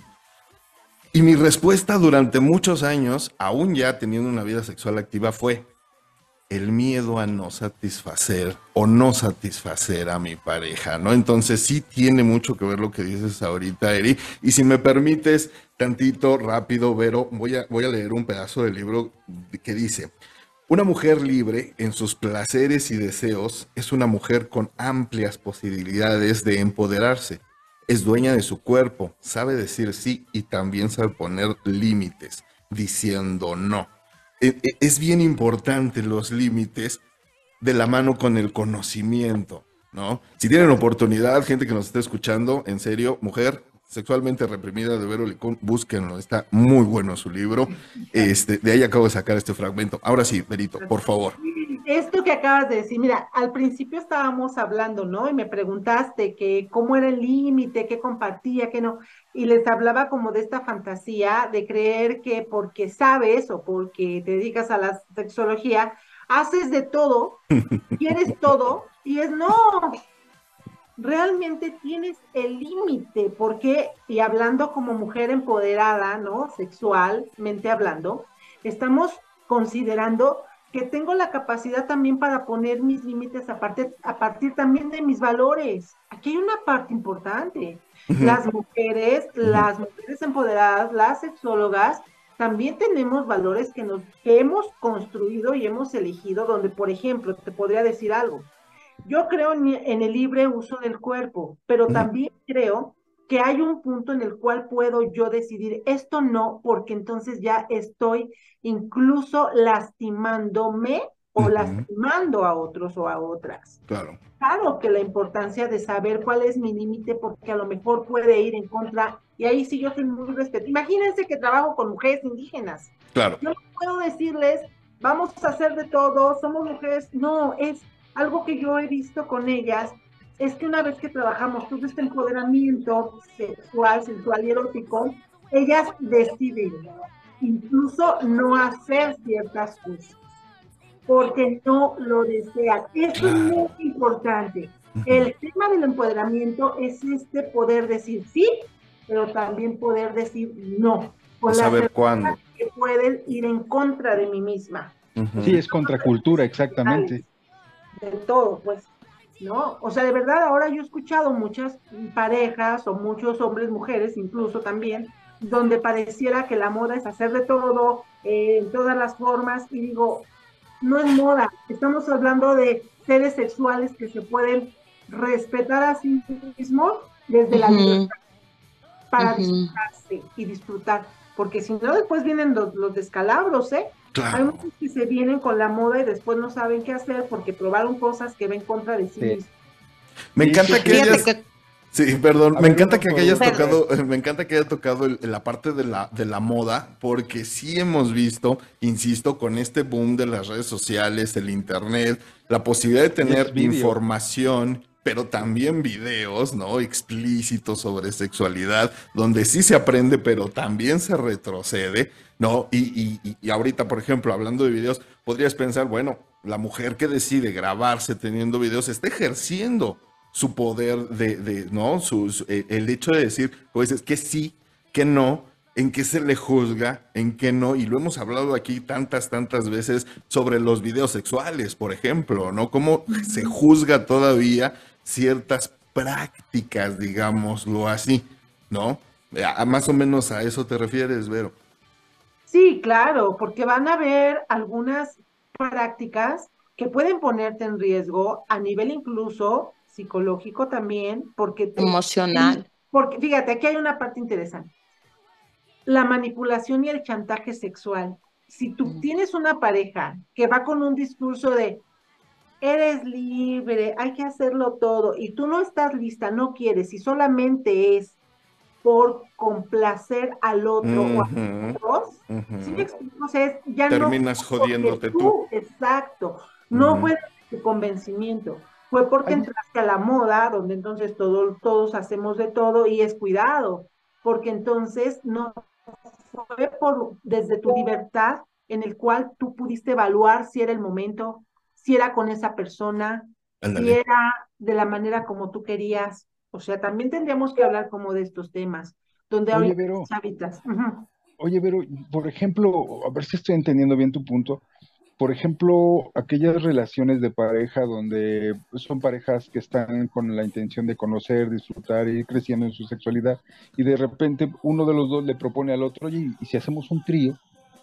Y mi respuesta durante muchos años, aún ya teniendo una vida sexual activa, fue el miedo a no satisfacer o no satisfacer a mi pareja, ¿no? Entonces sí tiene mucho que ver lo que dices ahorita, Eri. Y si me permites tantito rápido, Vero, voy a leer un pedazo del libro que dice: una mujer libre en sus placeres y deseos es una mujer con amplias posibilidades de empoderarse. Es dueña de su cuerpo, sabe decir sí y también sabe poner límites, diciendo no. Es bien importante los límites de la mano con el conocimiento, ¿no? Si tienen oportunidad, gente que nos esté escuchando, en serio, Mujer sexualmente reprimida de Vero Licón, búsquenlo, está muy bueno su libro. De ahí acabo de sacar este fragmento. Ahora sí, Verito, por favor. Esto que acabas de decir, mira, al principio estábamos hablando, ¿no? Y me preguntaste que cómo era el límite, qué compartía, qué no. Y les hablaba como de esta fantasía de creer que porque sabes o porque te dedicas a la sexología, haces de todo, quieres todo, y es no, realmente tienes el límite, porque, y hablando como mujer empoderada, ¿no? Sexualmente hablando, estamos considerando que tengo la capacidad también para poner mis límites a partir también de mis valores. Aquí hay una parte importante. Las mujeres empoderadas, las sexólogas, también tenemos valores que hemos construido y hemos elegido, donde, por ejemplo, te podría decir algo. Yo creo en el libre uso del cuerpo, pero también creo que hay un punto en el cual puedo yo decidir esto no, porque entonces ya estoy incluso lastimándome o lastimando a otros o a otras. Claro. Claro que la importancia de saber cuál es mi límite, porque a lo mejor puede ir en contra, y ahí sí yo soy muy respetuosa. Imagínense que trabajo con mujeres indígenas. Claro. Yo no puedo decirles, vamos a hacer de todo, somos mujeres. No, es algo que yo he visto con ellas, es que una vez que trabajamos todo este empoderamiento sexual, sensual y erótico, ellas deciden incluso no hacer ciertas cosas, porque no lo desean. Eso es muy importante. El tema del empoderamiento es este poder decir sí, pero también poder decir no. Con saber cuándo. Que pueden ir en contra de mí misma. Sí, es contracultura, exactamente. De todo, pues, ¿no? O sea, de verdad, ahora yo he escuchado muchas parejas o muchos hombres, mujeres incluso también, donde pareciera que la moda es hacer de todo, en todas las formas, y digo, no es moda, estamos hablando de seres sexuales que se pueden respetar a sí mismos desde la libertad, para disfrutarse y disfrutar, porque si no después vienen los descalabros, ¿eh? Claro. Hay muchos que se vienen con la moda y después no saben qué hacer porque probaron cosas que ven contra de sí mismos. Me encanta que hayas... Sí, perdón, me encanta que hayas tocado la parte de la moda, porque sí hemos visto, insisto, con este boom de las redes sociales, el internet, la posibilidad de tener información, pero también videos, ¿no? Explícitos sobre sexualidad, donde sí se aprende, pero también se retrocede, ¿no? Y ahorita, por ejemplo, hablando de videos, podrías pensar, bueno, la mujer que decide grabarse teniendo videos está ejerciendo su poder ¿no? El hecho de decir, pues es que sí, que no, en qué se le juzga, en qué no, y lo hemos hablado aquí tantas veces sobre los videos sexuales, por ejemplo, ¿no? Cómo se juzga todavía ciertas prácticas, digámoslo así, ¿no? Más o menos a eso te refieres, Vero. Sí, claro, porque van a haber algunas prácticas que pueden ponerte en riesgo a nivel incluso psicológico también, Emocional. porque fíjate, aquí hay una parte interesante, la manipulación y el chantaje sexual. Si tú tienes una pareja que va con un discurso de eres libre, hay que hacerlo todo, y tú no estás lista, no quieres, y solamente es por complacer al otro o a Ujú, otros, ¿sí me ujú. explico? O sea, ya no Terminas fue porque jodiéndote tú. tú, exacto, no Ujú. fue tu convencimiento, fue porque Hay, entraste a la moda, donde entonces todos hacemos de todo y es cuidado, porque entonces no fue desde tu libertad en el cual tú pudiste evaluar si era el momento, si era con esa persona, si Ándale. era de la manera como tú querías. O sea, también tendríamos que hablar como de estos temas, donde oye, ahorita Vero, chavitas. oye, Vero, por ejemplo, a ver si estoy entendiendo bien tu punto. Por ejemplo, aquellas relaciones de pareja donde son parejas que están con la intención de conocer, disfrutar, ir creciendo en su sexualidad, y de repente uno de los dos le propone al otro, oye, ¿y si hacemos un trío?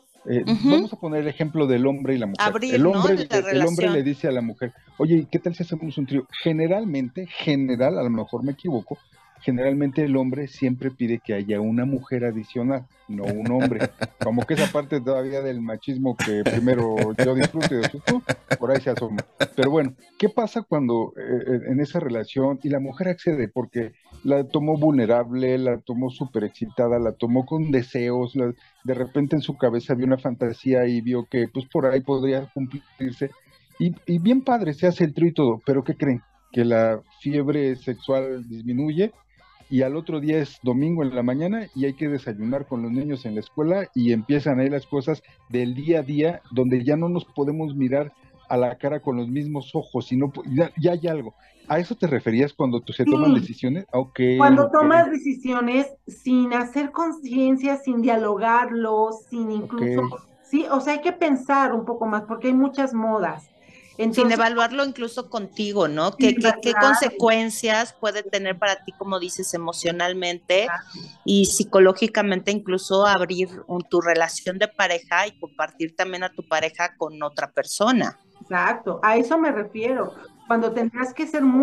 Ujú. Vamos a poner el ejemplo del hombre y la mujer. Abrir, ¿no? La El hombre le relación. dice a la mujer, oye, ¿y qué tal si hacemos un trío? Generalmente, a lo mejor me equivoco, generalmente el hombre siempre pide que haya una mujer adicional, no un hombre. Como que esa parte todavía del machismo que primero yo disfruto y después tú, por ahí se asoma. Pero bueno, ¿qué pasa cuando en esa relación y la mujer accede? Porque la tomó vulnerable, la tomó súper excitada, la tomó con deseos, de repente en su cabeza vio una fantasía y vio que pues por ahí podría cumplirse. Y bien padre, se hace el trío y todo, pero ¿qué creen? Que la fiebre sexual disminuye y al otro día es domingo en la mañana y hay que desayunar con los niños en la escuela y empiezan ahí las cosas del día a día donde ya no nos podemos mirar a la cara con los mismos ojos, sino ya hay algo. ¿A eso te referías cuando se toman Sí, decisiones? Ok, cuando ok, tomas decisiones sin hacer conciencia, sin dialogarlo, sin ok. incluso, sí, o sea, hay que pensar un poco más porque hay muchas modas. Sin Entonces, evaluarlo incluso contigo, ¿no? sí, ¿Qué claro, consecuencias puede tener para ti, como dices, emocionalmente y psicológicamente, incluso abrir tu relación de pareja y compartir también a tu pareja con otra persona? exacto, a eso me refiero. Cuando tendrás que ser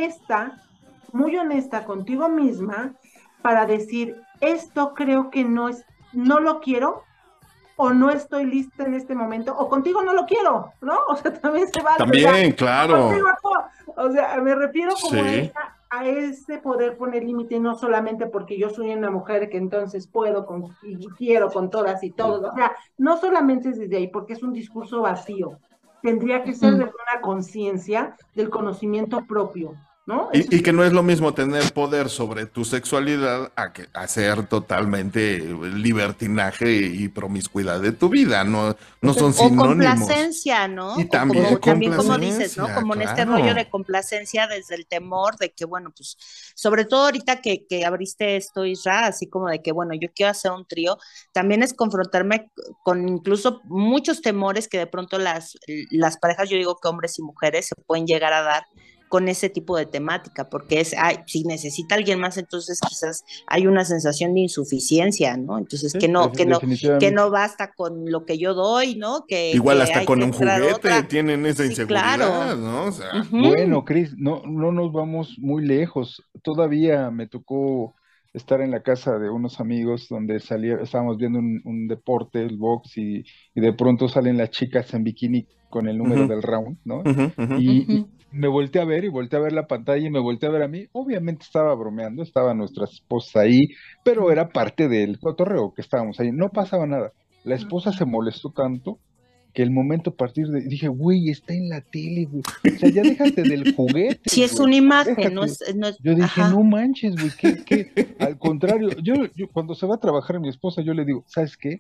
muy honesta contigo misma para decir, esto creo que no es, no lo quiero o no estoy lista en este momento o contigo no lo quiero, ¿no? O sea, también se vale, o sea, También, o contigo claro. no. O sea, me refiero como Sí. a ese poder poner límite, no solamente porque yo soy una mujer que entonces puedo y quiero con todas y todos, o sea, no solamente es desde ahí, porque es un discurso vacío, tendría que ser Ujú. desde una conciencia del conocimiento propio, ¿no? Eso Y que no es lo mismo tener poder sobre tu sexualidad a que hacer totalmente libertinaje y promiscuidad de tu vida. No, O no sea, son O sinónimos. complacencia, ¿no? Y O o también sea, como también como dices, ¿no? complacencia, Como en este rollo claro. de complacencia desde el temor de que, bueno, pues, sobre todo ahorita que abriste esto, Isra, así como de que, bueno, yo quiero hacer un trío, también es confrontarme con incluso muchos temores que de pronto las parejas, yo digo que hombres y mujeres se pueden llegar a dar con ese tipo de temática, porque es, ay, si necesita alguien más, entonces quizás hay una sensación de insuficiencia, ¿no? Entonces sí, que definitivamente. no basta con lo que yo doy, ¿no? Igual Que hasta hay con que un entrar juguete otra. tienen esa Sí, inseguridad, claro. ¿no? O sea, Ujú. Bueno, Cris, no, no nos vamos muy lejos. Todavía me tocó estar en la casa de unos amigos donde estábamos viendo un deporte, el box, y de pronto salen las chicas en bikini con el número ujú, del round, ¿no? ujú, ujú. Y Ujú. me volteé a ver y volteé a ver la pantalla y me volteé a ver a mí. Obviamente estaba bromeando, estaban nuestras esposas ahí, pero era parte del cotorreo que estábamos ahí. No pasaba nada. La esposa se molestó tanto que el momento a partir de, dije, güey, está en la tele, güey. O sea, ya déjate del juguete, Sí, es güey. una imagen, Déjate. no es, Yo dije, no ajá. manches, güey, al contrario, yo cuando se va a trabajar mi esposa, yo le digo, ¿sabes qué?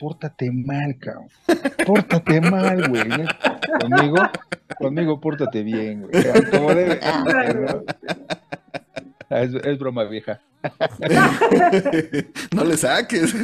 pórtate mal, cabrón. Pórtate mal, güey. ¿No? Conmigo pórtate bien, güey. Como debe ser, ¿no? Es broma vieja. No le saques.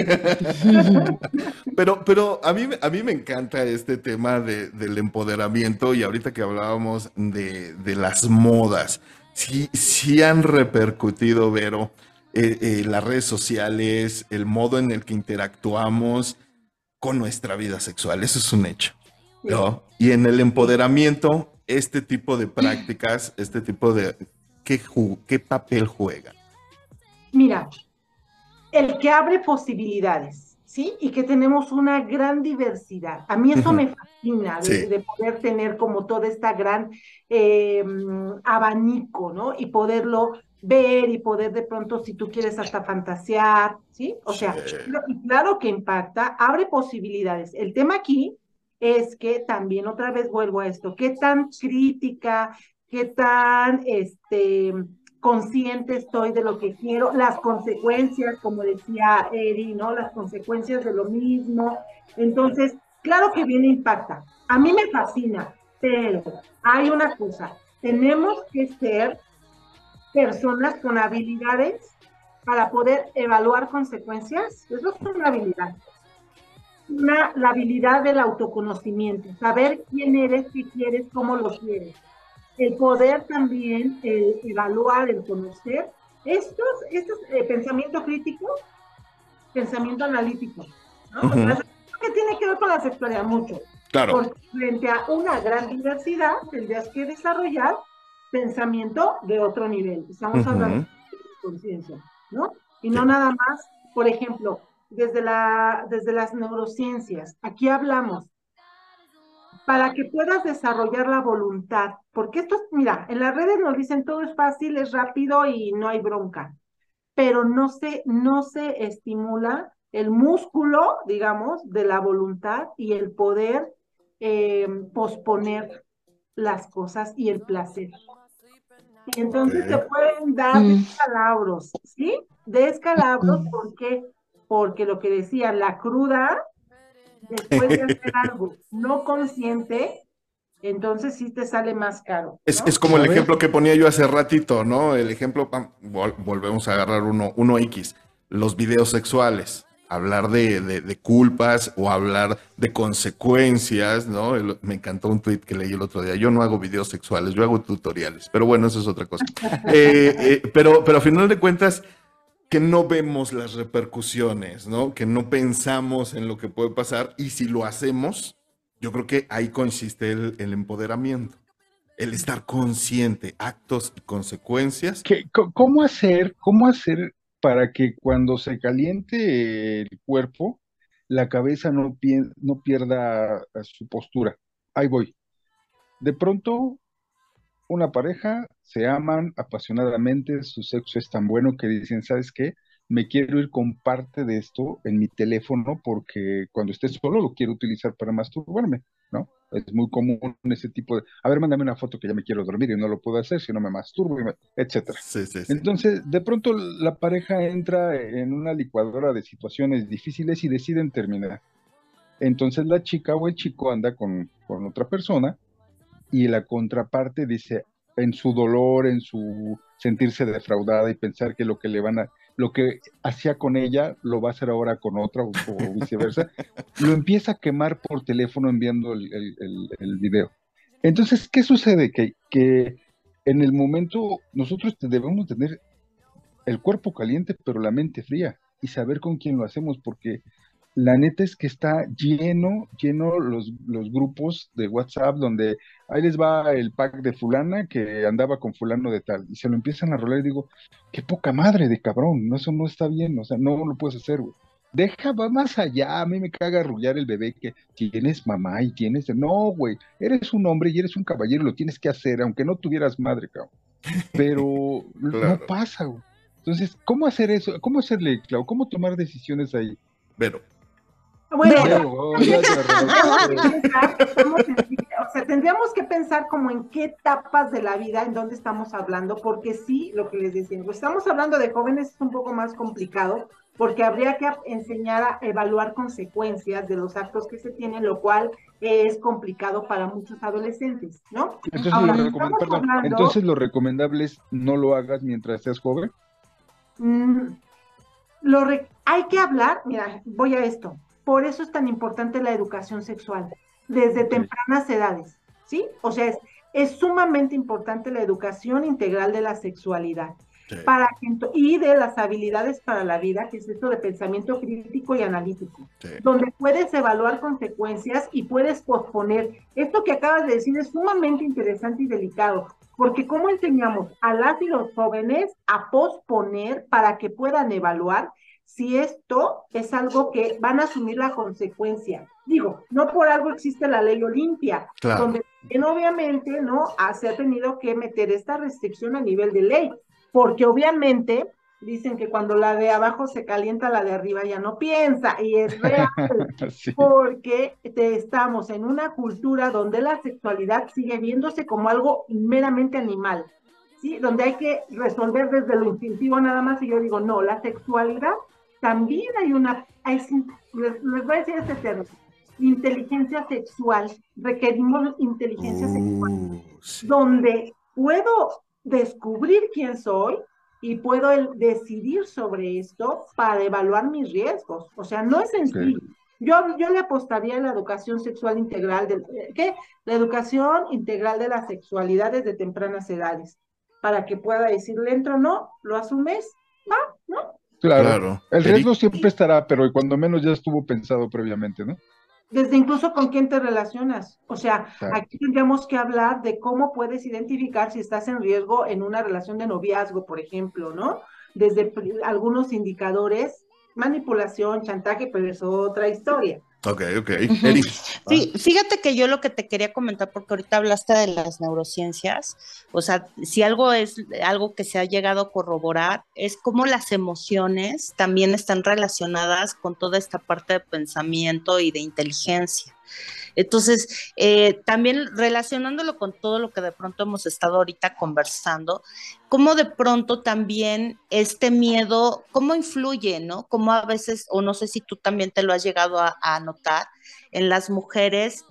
Pero a mí me encanta este tema del empoderamiento y ahorita que hablábamos de las modas, sí han repercutido, Vero, las redes sociales, el modo en el que interactuamos con nuestra vida sexual, eso es un hecho, ¿no? Y en el empoderamiento, este tipo de prácticas, este tipo de... ¿Qué papel juega? Mira, el que abre posibilidades, ¿sí? Y que tenemos una gran diversidad. A mí eso me fascina, Sí. de poder tener como toda esta gran abanico, ¿no? Y poderlo ver y poder de pronto, si tú quieres, hasta fantasear, ¿sí? O sea, y claro que impacta, abre posibilidades. El tema aquí es que también otra vez vuelvo a esto, qué tan crítica, qué tan consciente estoy de lo que quiero, las consecuencias, como decía Eri, ¿no? Las consecuencias de lo mismo. Entonces, claro que viene impacta. A mí me fascina, pero hay una cosa, tenemos que ser personas con habilidades para poder evaluar consecuencias. Eso es una habilidad. La habilidad del autoconocimiento, saber quién eres, qué quieres, cómo lo quieres. El poder también evaluar, el conocer estos pensamiento crítico, pensamiento analítico, ¿no? O sea, que tiene que ver con la sexualidad mucho. Claro. Porque frente a una gran diversidad tendrías que desarrollar pensamiento de otro nivel. Estamos hablando de conciencia, ¿no? Y no nada más, por ejemplo, desde las neurociencias. Aquí hablamos para que puedas desarrollar la voluntad, porque esto, mira, en las redes nos dicen todo es fácil, es rápido y no hay bronca, pero no se estimula el músculo, digamos, de la voluntad y el poder posponer las cosas y el placer. Y entonces te pueden dar descalabros, ¿sí? Descalabros, ¿por qué? Porque lo que decía, la cruda, después de hacer algo no consciente, entonces sí te sale más caro, ¿no? Es como el ejemplo que ponía yo hace ratito, ¿no? El ejemplo, volvemos a agarrar uno X, los videos sexuales, hablar de culpas o hablar de consecuencias, ¿no? Me encantó un tweet que leí el otro día, yo no hago videos sexuales, yo hago tutoriales, pero bueno, eso es otra cosa. Pero a final de cuentas, que no vemos las repercusiones, ¿no? Que no pensamos en lo que puede pasar y si lo hacemos, yo creo que ahí consiste el empoderamiento, el estar consciente, actos y consecuencias. ¿Cómo hacer para que cuando se caliente el cuerpo, la cabeza no pierda su postura? Ahí voy. De pronto, una pareja se aman apasionadamente, su sexo es tan bueno que dicen, ¿sabes qué? Me quiero ir con parte de esto en mi teléfono porque cuando esté solo lo quiero utilizar para masturbarme, ¿no? Es muy común ese tipo de, a ver, mándame una foto que ya me quiero dormir y no lo puedo hacer si no me masturbo, etcétera. Sí. Entonces, de pronto la pareja entra en una licuadora de situaciones difíciles y deciden terminar. Entonces la chica o el chico anda con otra persona y la contraparte dice, en su dolor, en su sentirse defraudada y pensar que lo que hacía con ella lo va a hacer ahora con otra o viceversa, lo empieza a quemar por teléfono enviando el video. Entonces, ¿qué sucede? Que en el momento nosotros debemos tener el cuerpo caliente, pero la mente fría y saber con quién lo hacemos, porque la neta es que está lleno los grupos de WhatsApp donde ahí les va el pack de fulana que andaba con fulano de tal, y se lo empiezan a rolar y digo, qué poca madre de cabrón, no, eso no está bien, o sea, no lo puedes hacer, güey. Va más allá, a mí me caga arrullar el bebé que tienes mamá y tienes... No, güey, eres un hombre y eres un caballero, lo tienes que hacer, aunque no tuvieras madre, cabrón. Pero Claro. no pasa, güey. Entonces, ¿cómo hacer eso? ¿Cómo hacerle, Clau? ¿Cómo tomar decisiones ahí? Pero, Bueno, o sea, tendríamos que pensar como en qué etapas de la vida, en dónde estamos hablando, porque sí, lo que les decía, pues estamos hablando de jóvenes, es un poco más complicado, porque habría que enseñar a evaluar consecuencias de los actos que se tienen, lo cual es complicado para muchos adolescentes, ¿no? Entonces Ahora, perdón, estamos hablando, entonces lo recomendable es no lo hagas mientras seas joven. mm, hay que hablar, mira, voy a esto, por eso es tan importante la educación sexual, desde Ok. tempranas edades, ¿sí? O sea, es sumamente importante la educación integral de la sexualidad. Sí. Y de las habilidades para la vida, que es esto de pensamiento crítico y analítico, Sí. donde puedes evaluar consecuencias y puedes posponer. Esto que acabas de decir es sumamente interesante y delicado, porque ¿cómo enseñamos a las y los jóvenes a posponer para que puedan evaluar si esto es algo que van a asumir la consecuencia? Digo, no por algo existe la ley Olimpia, Claro. donde obviamente no se ha tenido que meter esta restricción a nivel de ley, porque obviamente dicen que cuando la de abajo se calienta, la de arriba ya no piensa, y es real, Sí. porque estamos en una cultura donde la sexualidad sigue viéndose como algo meramente animal, ¿sí? Donde hay que resolver desde lo instintivo nada más, y yo digo, no, la sexualidad también les voy a decir este término, inteligencia sexual, requerimos inteligencia sexual, Sí. donde puedo descubrir quién soy y puedo decidir sobre esto para evaluar mis riesgos. O sea, no es sencillo. Yo le apostaría a la educación sexual integral, la educación integral de la sexualidad desde tempranas edades, para que pueda decir, le entro o no, lo asumes, va, ¿no? Claro. El Eric. riesgo siempre estará, pero cuando menos ya estuvo pensado previamente, ¿no? Desde incluso con quién te relacionas. O sea, Exacto. aquí tendríamos que hablar de cómo puedes identificar si estás en riesgo en una relación de noviazgo, por ejemplo, ¿no? Desde algunos indicadores, manipulación, chantaje, pero es otra historia. Ok. Ujú. Eric. Fíjate que yo lo que te quería comentar, porque ahorita hablaste de las neurociencias, o sea, si algo es algo que se ha llegado a corroborar, es cómo las emociones también están relacionadas con toda esta parte de pensamiento y de inteligencia. Entonces, también relacionándolo con todo lo que de pronto hemos estado ahorita conversando, cómo de pronto también este miedo, cómo influye, ¿no? Cómo a veces, o no sé si tú también te lo has llegado a notar en las mujeres,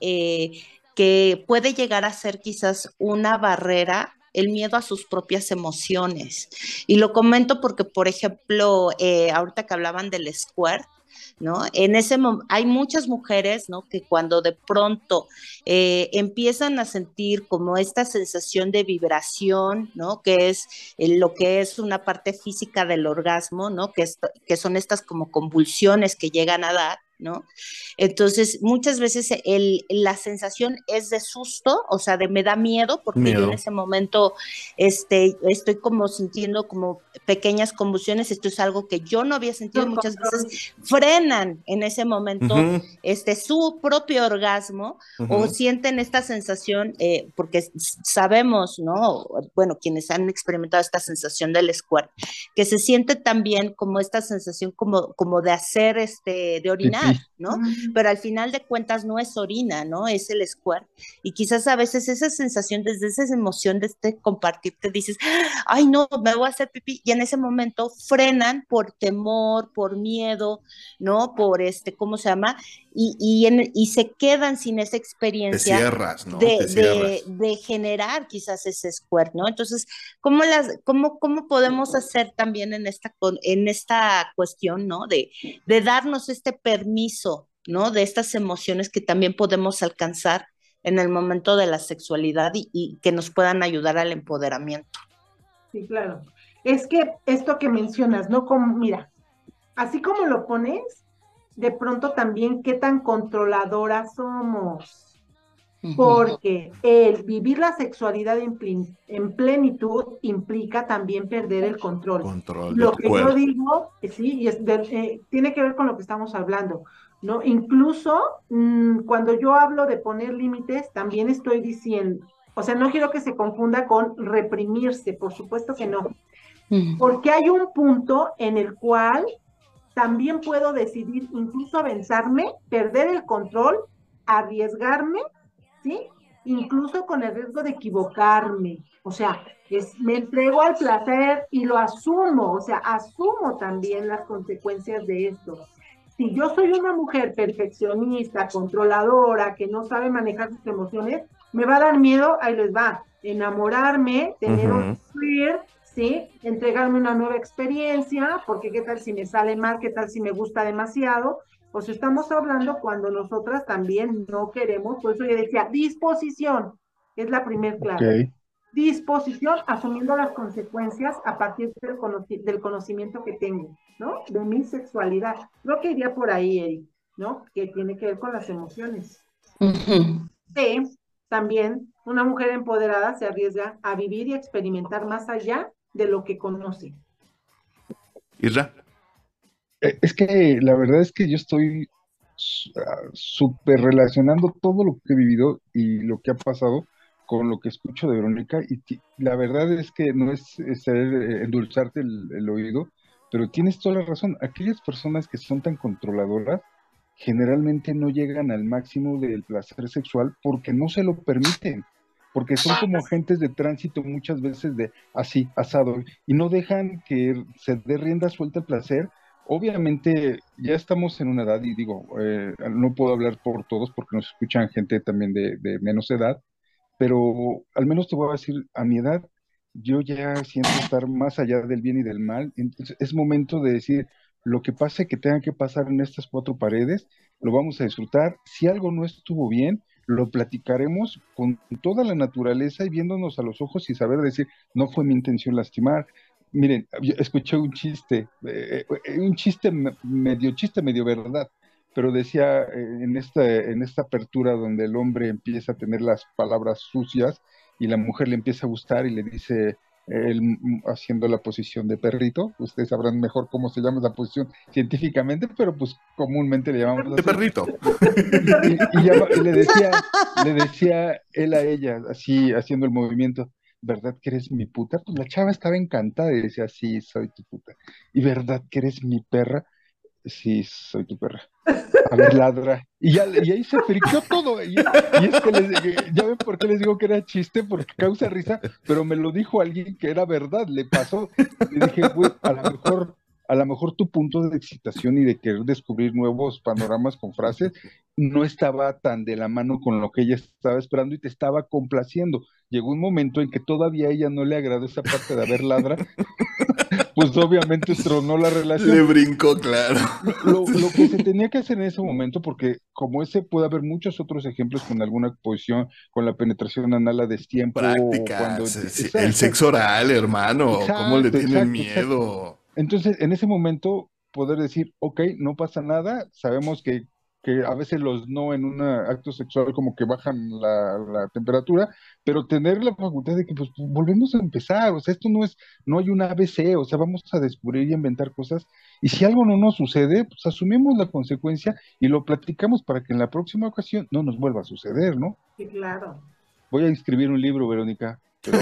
que puede llegar a ser quizás una barrera el miedo a sus propias emociones. Y lo comento porque, por ejemplo, ahorita que hablaban del squirt, ¿no? Hay muchas mujeres, ¿no? Que cuando de pronto empiezan a sentir como esta sensación de vibración, ¿no? Que es lo que es una parte física del orgasmo, ¿no? Que son estas como convulsiones que llegan a dar, ¿no? Entonces, muchas veces la sensación es de susto, o sea, me da miedo, porque yo en ese momento estoy como sintiendo como pequeñas convulsiones. Esto es algo que yo no había sentido. Muchas veces frenan en ese momento su propio orgasmo, o sienten esta sensación, porque sabemos, ¿no? Bueno, quienes han experimentado esta sensación del squirt, que se siente también como esta sensación como de hacer, de orinar, ¿no? Pero al final de cuentas no es orina, ¿no? Es el squirt. Y quizás a veces esa sensación, desde esa emoción de compartir, te dices, ay, no, me voy a hacer pipí, y en ese momento frenan por temor, por miedo, ¿no? Por ¿cómo se llama? Y se quedan sin esa experiencia. Te cierras, ¿no? De generar quizás ese squirt, ¿no? Entonces, ¿cómo podemos hacer también en esta cuestión, ¿no? De darnos este permiso, ¿no? De estas emociones que también podemos alcanzar en el momento de la sexualidad y que nos puedan ayudar al empoderamiento. Sí, claro. Es que esto que mencionas, ¿no? Mira, así como lo pones, de pronto también qué tan controladoras somos. Porque el vivir la sexualidad en plenitud implica también perder el control. Lo que yo digo, sí, y tiene que ver con lo que estamos hablando, ¿no? Incluso cuando yo hablo de poner límites, también estoy diciendo, o sea, no quiero que se confunda con reprimirse, por supuesto que no. Porque hay un punto en el cual también puedo decidir incluso avanzarme, perder el control, arriesgarme, ¿sí? incluso con el riesgo de equivocarme. O sea, me entrego al placer y lo asumo, o sea, asumo también las consecuencias de esto. Si yo soy una mujer perfeccionista, controladora, que no sabe manejar sus emociones, me va a dar miedo, ahí les va, enamorarme, tener un flirt, ¿sí? Entregarme una nueva experiencia, porque qué tal si me sale mal, qué tal si me gusta demasiado. Pues estamos hablando cuando nosotras también no queremos, por eso yo decía, disposición, es la primer clave. Ok. Disposición, asumiendo las consecuencias a partir del conocimiento que tengo, ¿no? De mi sexualidad. Creo que iría por ahí, Eric, ¿no? Que tiene que ver con las emociones. Sí, también una mujer empoderada se arriesga a vivir y experimentar más allá de lo que conoce. Isra. Es que la verdad es que yo estoy súper relacionando todo lo que he vivido y lo que ha pasado con lo que escucho de Verónica, y la verdad es que no es endulzarte el oído, pero tienes toda la razón. Aquellas personas que son tan controladoras generalmente no llegan al máximo del placer sexual porque no se lo permiten, porque son como agentes de tránsito muchas veces de así, asado, y no dejan que se dé rienda suelta el placer. Obviamente ya estamos en una edad, y digo, no puedo hablar por todos porque nos escuchan gente también de menos edad, pero al menos te voy a decir, a mi edad, yo ya siento estar más allá del bien y del mal. Entonces es momento de decir, lo que pase que tenga que pasar en estas cuatro paredes, lo vamos a disfrutar. Si algo no estuvo bien, lo platicaremos con toda la naturaleza y viéndonos a los ojos y saber decir, no fue mi intención lastimar. Miren, yo escuché un chiste, medio verdad, pero decía en esta apertura donde el hombre empieza a tener las palabras sucias y la mujer le empieza a gustar y le dice, él haciendo la posición de perrito, ustedes sabrán mejor cómo se llama la posición científicamente, pero pues comúnmente le llamamos De así. perrito. Y le decía él a ella, así haciendo el movimiento, ¿verdad que eres mi puta? Pues la chava estaba encantada y decía, sí, soy tu puta. ¿Y verdad que eres mi perra? Sí, soy tu perra. A ver, ladra. Y ahí se friqueó todo. Y es que ya ven por qué les digo que era chiste, porque causa risa, pero me lo dijo alguien que era verdad, le pasó. Le dije, güey, a lo mejor tu punto de excitación y de querer descubrir nuevos panoramas con frases no estaba tan de la mano con lo que ella estaba esperando y te estaba complaciendo. Llegó un momento en que todavía a ella no le agradó esa parte de haber ladra, pues obviamente tronó la relación. Le brincó, claro. Lo que se tenía que hacer en ese momento, porque como ese puede haber muchos otros ejemplos con alguna posición, con la penetración anal a destiempo, o cuando... Prácticas, el sexo oral, hermano, ¿cómo le tienen miedo? Entonces, en ese momento, poder decir, ok, no pasa nada, sabemos que a veces los no en un acto sexual como que bajan la temperatura, pero tener la facultad de que pues volvemos a empezar, o sea, esto no hay un ABC, o sea, vamos a descubrir y inventar cosas, y si algo no nos sucede, pues asumimos la consecuencia y lo platicamos para que en la próxima ocasión no nos vuelva a suceder, ¿no? Sí, claro. Voy a escribir un libro, Verónica, pero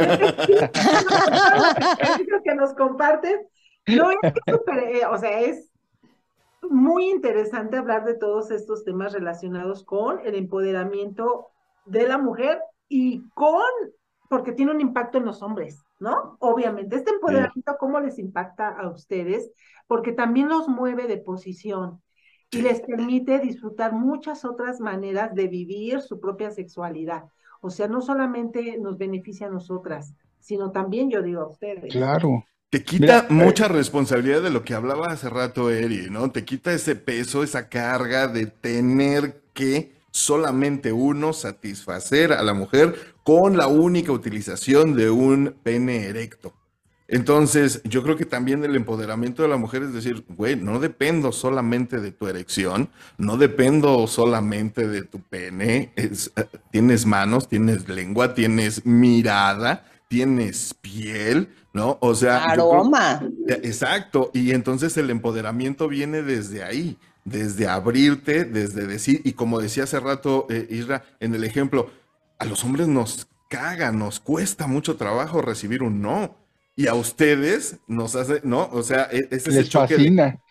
Lo que nos compartes, no es que o sea, es muy interesante hablar de todos estos temas relacionados con el empoderamiento de la mujer y porque tiene un impacto en los hombres, ¿no? Obviamente, este empoderamiento, ¿cómo les impacta a ustedes? Porque también los mueve de posición y les permite disfrutar muchas otras maneras de vivir su propia sexualidad. O sea, no solamente nos beneficia a nosotras, sino también, yo digo, a ustedes. claro. Te quita mucha responsabilidad de lo que hablaba hace rato Eri, ¿no? Te quita ese peso, esa carga de tener que solamente uno satisfacer a la mujer con la única utilización de un pene erecto. Entonces, yo creo que también el empoderamiento de la mujer es decir, güey, no dependo solamente de tu erección, no dependo solamente de tu pene, tienes manos, tienes lengua, tienes mirada, tienes piel, ¿no? O sea, aroma. Exacto, y entonces el empoderamiento viene desde ahí, desde abrirte, desde decir, y como decía hace rato Isra, en el ejemplo, a los hombres nos caga, nos cuesta mucho trabajo recibir un no, y a ustedes nos hace, ¿no? O sea, ese es Les el choque fascina.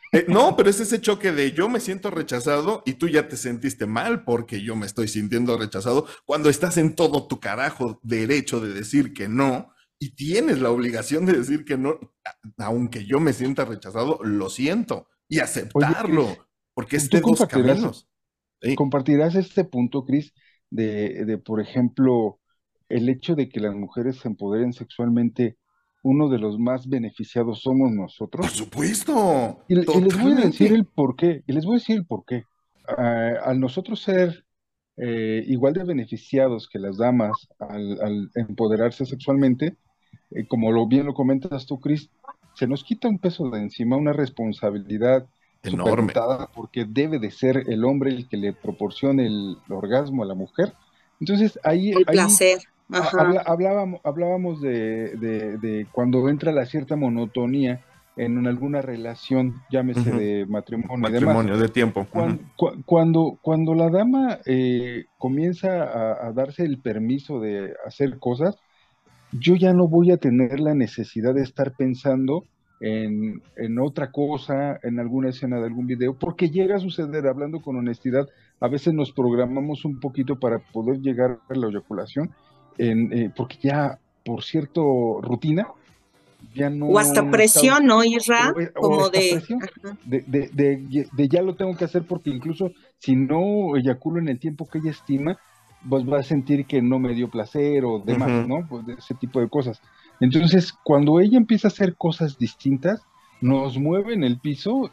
No, pero es ese choque de yo me siento rechazado y tú ya te sentiste mal porque yo me estoy sintiendo rechazado cuando estás en todo tu carajo derecho de decir que no y tienes la obligación de decir que no, aunque yo me sienta rechazado, lo siento y Oye, Cris, aceptarlo, porque es ¿tú de dos caminos. Sí, compartirás este punto, Cris, por ejemplo, el hecho de que las mujeres se empoderen sexualmente, uno de los más beneficiados somos por nosotros? supuesto, Y les voy a decir totalmente. el por qué, y les voy a decir el por qué. Al nosotros ser igual de beneficiados que las damas al empoderarse sexualmente, como bien lo comentas tú, Cris, se nos quita un peso de encima, una responsabilidad Enorme. supeditada, porque debe de ser el hombre el que le proporcione el orgasmo a la mujer. Entonces, El ahí placer. Ajá. hablábamos de cuando entra la cierta monotonía en alguna relación, llámese Ujú. de matrimonio y demás. Matrimonio de tiempo. Ujú. Cuando la dama comienza a darse el permiso de hacer cosas, yo ya no voy a tener la necesidad de estar pensando en otra cosa, en alguna escena de algún video, porque llega a suceder, hablando con honestidad, a veces nos programamos un poquito para poder llegar a la eyaculación, porque ya por cierto rutina, ya O no hasta han estado, presión, ¿no, Isra? o Como esta de, presión ajá, de ya lo tengo que hacer porque incluso si no eyaculo en el tiempo que ella estima, pues va a sentir que no me dio placer o demás, Ujú. ¿no? Pues de ese tipo de cosas. Entonces, cuando ella empieza a hacer cosas distintas, nos mueve en el piso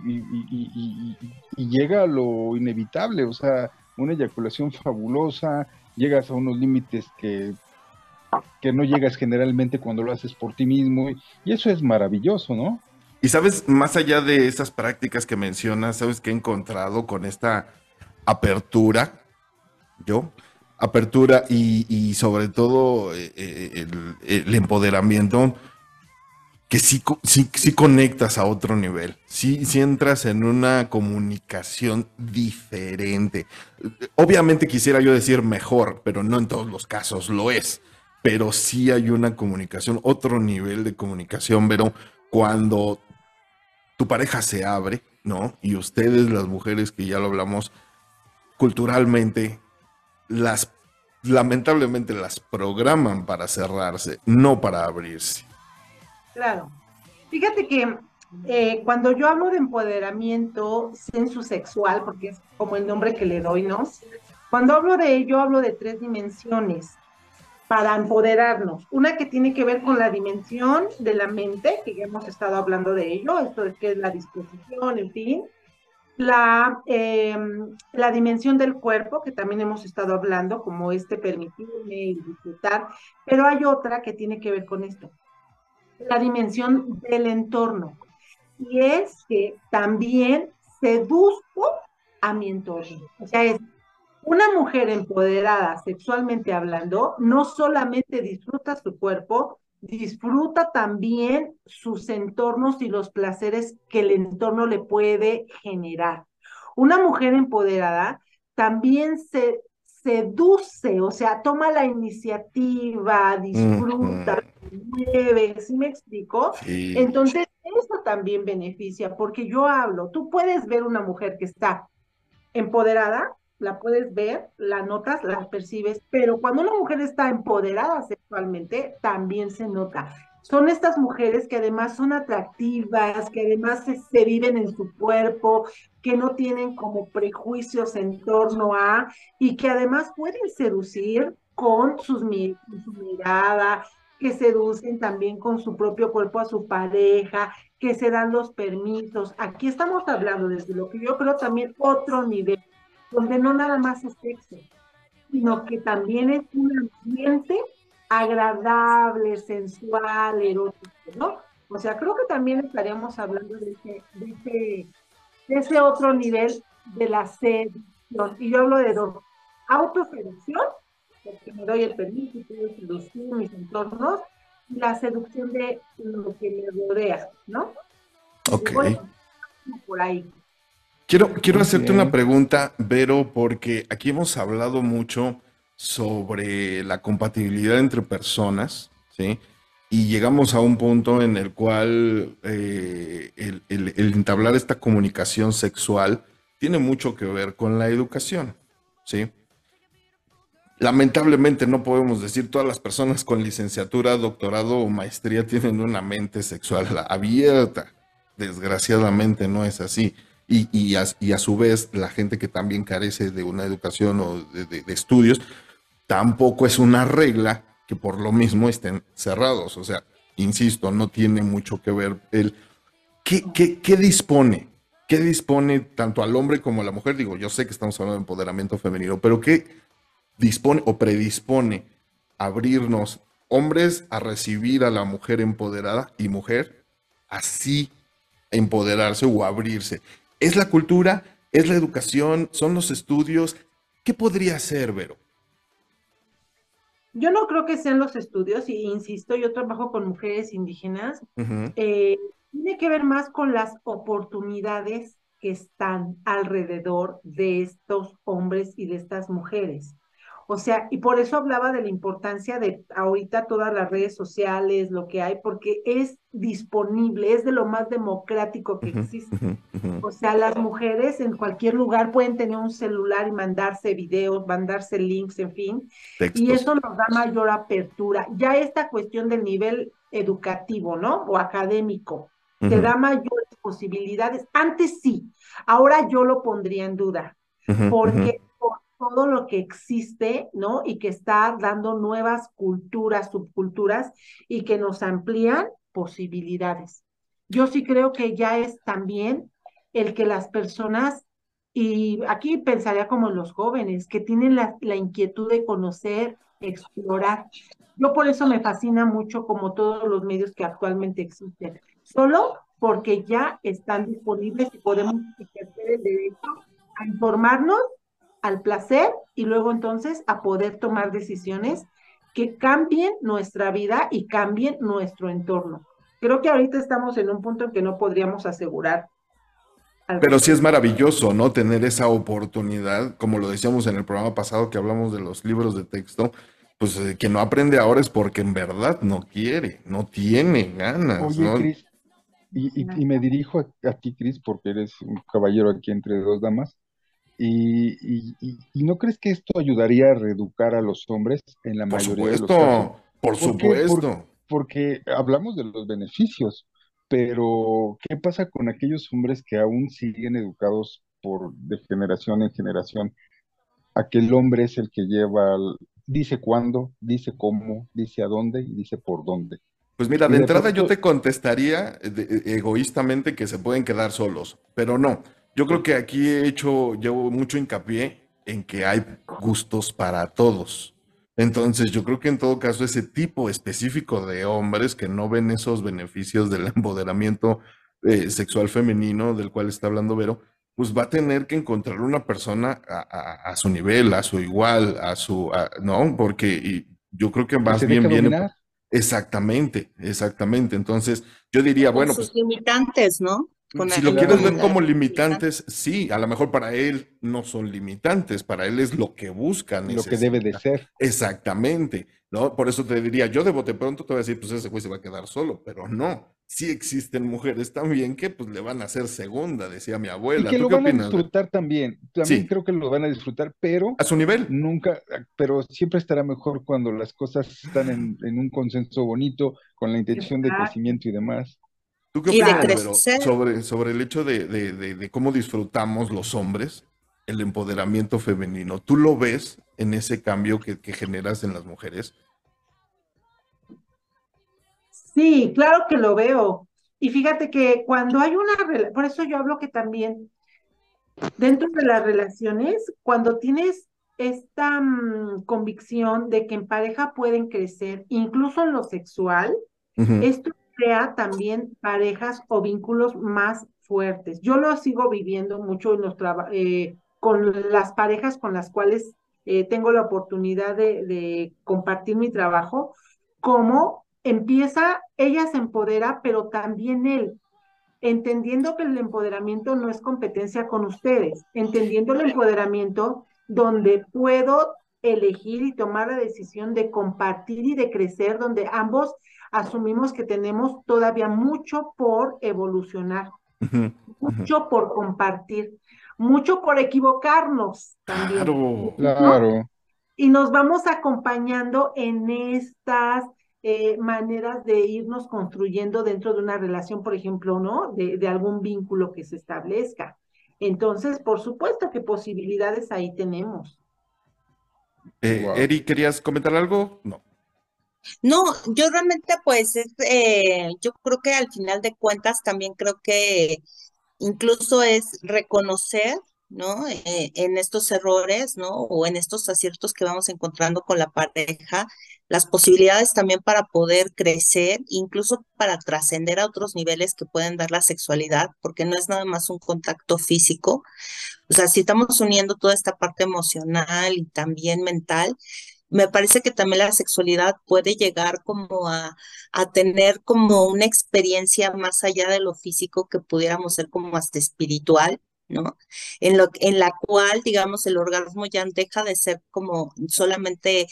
y llega a lo inevitable, o sea, una eyaculación fabulosa, llegas a unos límites que no llegas generalmente cuando lo haces por ti mismo, y eso es maravilloso, ¿no? Y sabes, más allá de esas prácticas que mencionas, ¿sabes qué he encontrado con esta apertura? Yo, apertura y sobre todo el empoderamiento, que sí, sí, sí conectas a otro nivel, sí, sí entras en una comunicación diferente. Obviamente quisiera yo decir mejor, pero no en todos los casos lo es. Pero sí hay una comunicación, otro nivel de comunicación, pero cuando tu pareja se abre, ¿no? Y ustedes, las mujeres, que ya lo hablamos, culturalmente, las lamentablemente las programan para cerrarse, no para abrirse. Claro. Fíjate que cuando yo hablo de empoderamiento sexual, porque es como el nombre que le doy, ¿no? Cuando hablo de ello, hablo de tres dimensiones para empoderarnos. Una que tiene que ver con la dimensión de la mente, que ya hemos estado hablando de ello, esto es que es la disposición, en fin. La dimensión del cuerpo, que también hemos estado hablando, como este permitirme y disfrutar, pero hay otra que tiene que ver con esto, la dimensión del entorno. Y es que también seduzco a mi entorno. O sea, es una mujer empoderada sexualmente hablando, no solamente disfruta su cuerpo, disfruta también sus entornos y los placeres que el entorno le puede generar. Una mujer empoderada también se seduce, o sea, toma la iniciativa, disfruta, Ujú. mueve, ¿sí me explico? Sí. Entonces, eso también beneficia, porque yo hablo, tú puedes ver una mujer que está empoderada, la puedes ver, la notas, la percibes, pero cuando una mujer está empoderada sexualmente, también se nota. Son estas mujeres que además son atractivas, que además se viven en su cuerpo, que no tienen como prejuicios en torno a, y que además pueden seducir con con su mirada, que seducen también con su propio cuerpo a su pareja, que se dan los permisos. Aquí estamos hablando desde lo que yo creo también otro nivel, donde no nada más es sexo, sino que también es un ambiente agradable, sensual, erótico, ¿no? O sea, creo que también estaríamos hablando de ese otro nivel de la seducción. Y yo hablo de dos, autoseducción, porque me doy el permiso y puedo seducir mis entornos, y la seducción de lo que me rodea, ¿no? Y Ok. voy por ahí. Quiero Ok. hacerte una pregunta, Vero, porque aquí hemos hablado mucho sobre la compatibilidad entre personas, ¿sí? y llegamos a un punto en el cual el entablar esta comunicación sexual tiene mucho que ver con la educación, ¿sí? Lamentablemente no podemos decir todas las personas con licenciatura, doctorado o maestría tienen una mente sexual abierta. Desgraciadamente no es así. Y a su vez, la gente que también carece de una educación o de estudios, tampoco es una regla que por lo mismo estén cerrados. O sea, insisto, no tiene mucho que ver el qué dispone. ¿Qué dispone tanto al hombre como a la mujer? Digo, yo sé que estamos hablando de empoderamiento femenino, pero ¿qué dispone o predispone a abrirnos hombres a recibir a la mujer empoderada y mujer así empoderarse o abrirse? ¿Es la cultura? ¿Es la educación? ¿Son los estudios? ¿Qué podría ser, Vero? Yo no creo que sean los estudios, y insisto, yo trabajo con mujeres indígenas, Ujú, eh, tiene que ver más con las oportunidades que están alrededor de estos hombres y de estas mujeres. O sea, y por eso hablaba de la importancia de ahorita todas las redes sociales, lo que hay, porque es disponible, es de lo más democrático que ujú, existe. ujú, ujú. O sea, las mujeres en cualquier lugar pueden tener un celular y mandarse videos, mandarse links, en fin, y Textos. eso nos da mayor apertura. Ya esta cuestión del nivel educativo, ¿no? O académico, te Ujú, da mayores posibilidades. Antes sí, ahora yo lo pondría en duda, ujú, ujú. porque por todo lo que existe, ¿no? Y que está dando nuevas culturas, subculturas, y que nos amplían posibilidades. Yo sí creo que ya es también el que las personas, y aquí pensaría como en los jóvenes, que tienen la inquietud de conocer, explorar. Yo por eso me fascina mucho como todos los medios que actualmente existen, solo porque ya están disponibles y podemos ejercer el derecho a informarnos, al placer y luego entonces a poder tomar decisiones que cambien nuestra vida y cambien nuestro entorno. Creo que ahorita estamos en un punto en que no podríamos asegurar al Pero sí es respecto. maravilloso, ¿no? Tener esa oportunidad, como lo decíamos en el programa pasado que hablamos de los libros de texto, pues quien no aprende ahora es porque en verdad no quiere, no tiene ganas, Oye, ¿no? Cris, y me dirijo a ti, Cris, porque eres un caballero aquí entre dos damas. ¿Y no crees que esto ayudaría a reeducar a los hombres en la mayoría de los casos? Por ¿Por qué? supuesto. Porque hablamos de los beneficios, pero ¿qué pasa con aquellos hombres que aún siguen educados de generación en generación? Aquel hombre es el que lleva, dice cuándo, dice cómo, dice a dónde y dice por dónde. Pues mira, Y de de entrada yo pronto, te contestaría egoístamente que se pueden quedar solos, pero no. Yo creo que aquí llevo mucho hincapié en que hay gustos para todos. Entonces, yo creo que en todo caso ese tipo específico de hombres que no ven esos beneficios del empoderamiento sexual femenino del cual está hablando Vero, pues va a tener que encontrar una persona a su nivel, a su igual, no, porque yo creo que que más se bien deje viene. dominar. Exactamente, exactamente. Entonces, yo diría, Con bueno, sus pues limitantes, ¿no? Con si lo aquellos quieres ver Claro, como limitantes. limitantes, sí, a lo mejor para él no son limitantes, para él es lo que busca, lo que debe de necesita. ser. Exactamente, ¿no? Por eso te diría, yo de bote pronto te voy a decir, pues ese güey se va a quedar solo, pero no. Sí existen mujeres también que pues le van a hacer segunda, decía mi Y abuela. que ¿Tú lo qué van a opinas, Ver? disfrutar también. También Sí, creo que lo van a disfrutar, pero a su nivel. nunca, pero siempre estará mejor cuando las cosas están en un consenso bonito, con la intención de Exacto. crecimiento y demás. ¿Tú qué Y de opinas, Claro. Vero, crecer. sobre el hecho de cómo disfrutamos los hombres el empoderamiento femenino? ¿Tú lo ves en ese cambio que generas en las mujeres? Sí, claro que lo veo. Y fíjate que cuando hay por eso yo hablo que también dentro de las relaciones, cuando tienes esta convicción de que en pareja pueden crecer, incluso en lo sexual, Ujú, esto crea también parejas o vínculos más fuertes. Yo lo sigo viviendo mucho con las parejas con las cuales tengo la oportunidad de compartir mi trabajo, cómo empieza, ella se empodera, pero también él entendiendo que el empoderamiento no es competencia con ustedes, entendiendo el empoderamiento donde puedo elegir y tomar la decisión de compartir y de crecer, donde ambos asumimos que tenemos todavía mucho por evolucionar, Ujú, ujú. mucho por compartir, mucho por equivocarnos también, Claro. ¿no? Claro. Y nos vamos acompañando en estas maneras de irnos construyendo dentro de una relación, por ejemplo, ¿no? De algún vínculo que se establezca. Entonces, por supuesto que posibilidades ahí tenemos. Wow. Eri, ¿querías comentar algo? No. No, yo realmente pues yo creo que al final de cuentas también creo que incluso es reconocer, ¿no? En estos errores, ¿no? O en estos aciertos que vamos encontrando con la pareja, las posibilidades también para poder crecer, incluso para trascender a otros niveles que pueden dar la sexualidad, porque no es nada más un contacto físico. O sea, si estamos uniendo toda esta parte emocional y también mental, me parece que también la sexualidad puede llegar como a tener como una experiencia más allá de lo físico que pudiéramos ser como hasta espiritual, ¿no? En la cual, digamos, el orgasmo ya deja de ser como solamente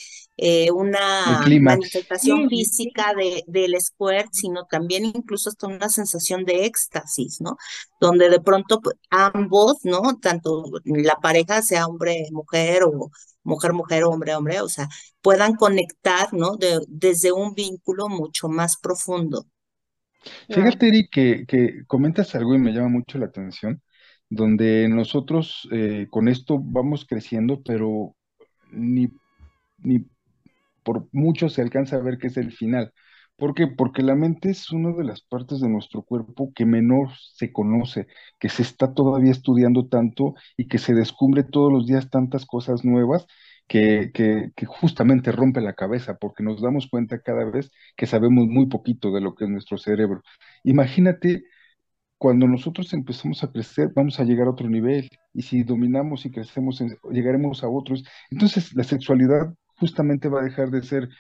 El una clímax. manifestación Sí, física del squirt, sino también incluso hasta una sensación de éxtasis, ¿no? Donde de pronto pues, ambos, ¿no? Tanto la pareja sea hombre-mujer o mujer-mujer, hombre-hombre, o sea, puedan conectar, ¿no? Desde un vínculo mucho más profundo. claro. Fíjate, Eric, que comentas algo y me llama mucho la atención, donde nosotros con esto vamos creciendo, pero ni, ni por mucho se alcanza a ver que es el final. ¿Por qué? Porque la mente es una de las partes de nuestro cuerpo que menos se conoce, que se está todavía estudiando tanto y que se descubre todos los días tantas cosas nuevas que justamente rompe la cabeza, porque nos damos cuenta cada vez que sabemos muy poquito de lo que es nuestro cerebro. Imagínate cuando nosotros empezamos a crecer, vamos a llegar a otro nivel. Y si dominamos y crecemos, llegaremos a otros. Entonces, la sexualidad justamente va a dejar de ser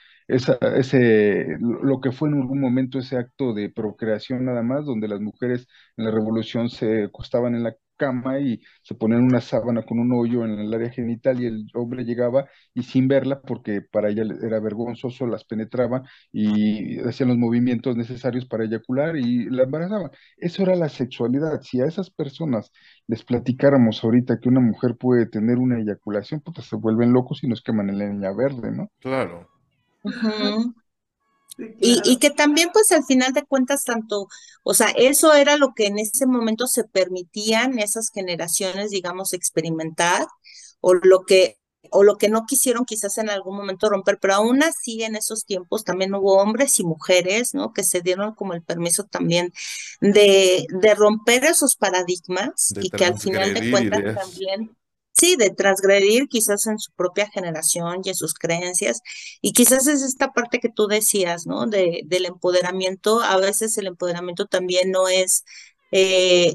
lo que fue en algún momento ese acto de procreación nada más, donde las mujeres en la revolución se acostaban en la cama y se ponían una sábana con un hoyo en el área genital y el hombre llegaba y sin verla, porque para ella era vergonzoso, las penetraba y hacían los movimientos necesarios para eyacular y la embarazaban. Eso era la sexualidad. Si a esas personas les platicáramos ahorita que una mujer puede tener una eyaculación, pues se vuelven locos y nos queman en leña verde, ¿no? Claro. Ujú. Sí, Y claro. que también, pues al final de cuentas, tanto, o sea, eso era lo que en ese momento se permitían esas generaciones, digamos, experimentar, o lo que, o lo que no quisieron quizás en algún momento romper, pero aún así en esos tiempos también hubo hombres y mujeres, ¿no? Que se dieron como el permiso también de romper esos paradigmas De y que al final de transgredir cuentas ideas. también, sí, de transgredir quizás en su propia generación y en sus creencias y quizás es esta parte que tú decías, ¿no? Del empoderamiento. A veces el empoderamiento también no es, eh,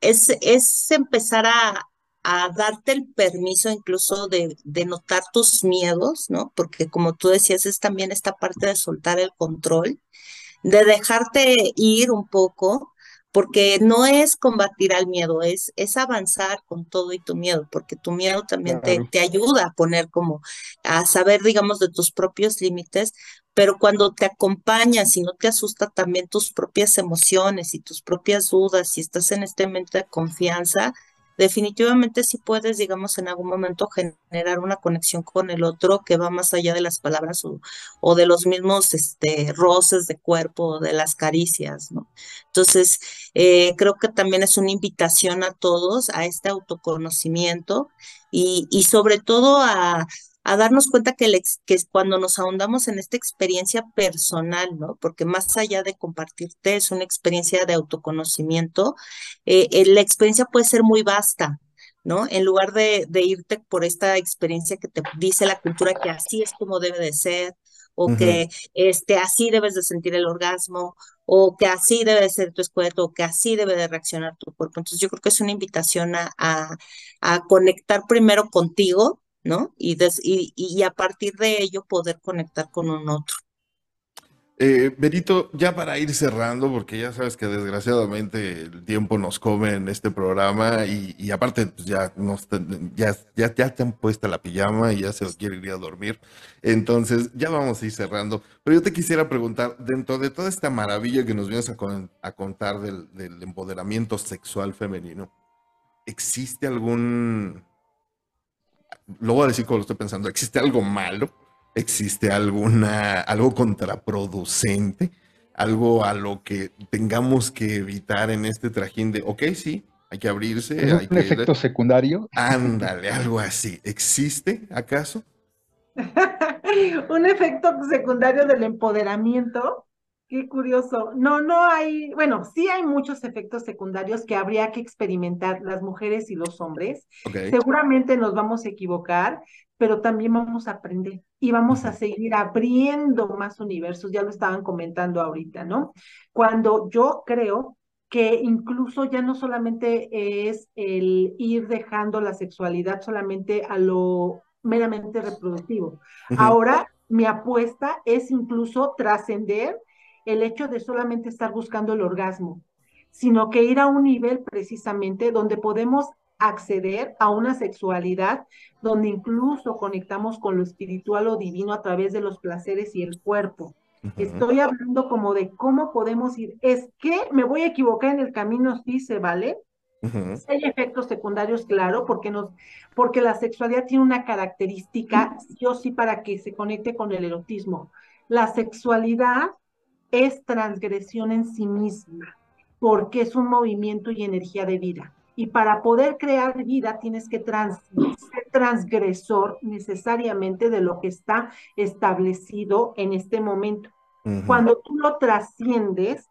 es empezar a darte el permiso incluso de notar tus miedos, ¿no? Porque como tú decías, es también esta parte de soltar el control de dejarte ir un poco, porque no es combatir al miedo, es avanzar con todo y tu miedo, porque tu miedo también Claro. te ayuda a poner como, a saber, digamos, de tus propios límites, pero cuando te acompañas y no te asusta también tus propias emociones y tus propias dudas, si estás en este momento de confianza, definitivamente sí puedes, digamos, en algún momento generar una conexión con el otro que va más allá de las palabras o de los mismos roces de cuerpo, de las caricias, ¿no? Entonces, creo que también es una invitación a todos a este autoconocimiento y sobre todo a darnos cuenta que cuando nos ahondamos en esta experiencia personal, ¿no? Porque más allá de compartirte, es una experiencia de autoconocimiento, la experiencia puede ser muy vasta, ¿no? En lugar de irte por esta experiencia que te dice la cultura que así es como debe de ser, o Ujú. que así debes de sentir el orgasmo, o que así debe de ser tu esqueleto, o que así debe de reaccionar tu cuerpo. Entonces yo creo que es una invitación a conectar primero contigo, ¿no? Y a partir de ello poder conectar con un otro. Berito, ya para ir cerrando, porque ya sabes que desgraciadamente el tiempo nos come en este programa y aparte pues ya te han puesto la pijama y ya se quiere ir a dormir. Entonces ya vamos a ir cerrando. Pero yo te quisiera preguntar, dentro de toda esta maravilla que nos vienes a contar del empoderamiento sexual femenino, ¿existe lo voy a decir como lo estoy pensando, ¿existe algo malo? ¿Existe algo contraproducente? ¿Algo a lo que tengamos que evitar en este trajín de, ok, sí, hay que abrirse, ¿Algún hay que... efecto secundario? Ándale, algo así. ¿Existe acaso? Un efecto secundario del empoderamiento. Qué curioso. No, no hay, bueno, sí hay muchos efectos secundarios que habría que experimentar las mujeres y los hombres. Ok. Seguramente nos vamos a equivocar, pero también vamos a aprender y vamos a Ujú, seguir abriendo más universos. Ya lo estaban comentando ahorita, ¿no? Cuando yo creo que incluso ya no solamente es el ir dejando la sexualidad solamente a lo meramente reproductivo. ujú, Ahora, mi apuesta es incluso trascender el hecho de solamente estar buscando el orgasmo, sino que ir a un nivel precisamente donde podemos acceder a una sexualidad donde incluso conectamos con lo espiritual o divino a través de los placeres y el cuerpo. ujú, Estoy hablando como de cómo podemos ir. Es que me voy a equivocar en el camino, sí se vale. ujú, Sí hay efectos secundarios, claro, porque la sexualidad tiene una característica, sí o sí, para que se conecte con el erotismo. La sexualidad es transgresión en sí misma, porque es un movimiento y energía de vida. Y para poder crear vida tienes que ser transgresor necesariamente de lo que está establecido en este momento. ujú, Cuando tú lo trasciendes,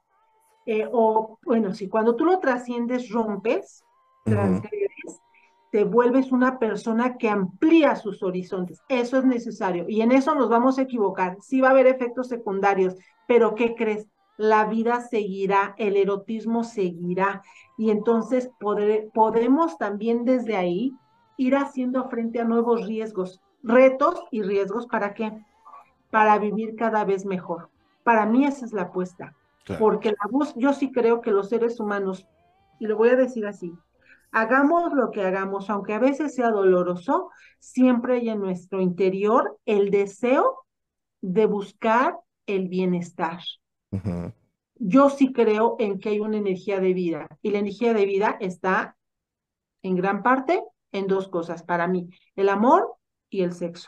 o bueno, sí, cuando tú lo trasciendes, rompes, ujú. transgredes, te vuelves una persona que amplía sus horizontes. Eso es necesario y en eso nos vamos a equivocar. Sí va a haber efectos secundarios, pero ¿qué crees? La vida seguirá, el erotismo seguirá y entonces podemos también desde ahí ir haciendo frente a nuevos riesgos, retos y riesgos. ¿Para qué? Para vivir cada vez mejor. Para mí esa es la apuesta, Claro. porque yo sí creo que los seres humanos, y lo voy a decir así, hagamos lo que hagamos, aunque a veces sea doloroso, siempre hay en nuestro interior el deseo de buscar el bienestar. Ujú, Yo sí creo en que hay una energía de vida y la energía de vida está en gran parte en dos cosas para mí, el amor y el sexo.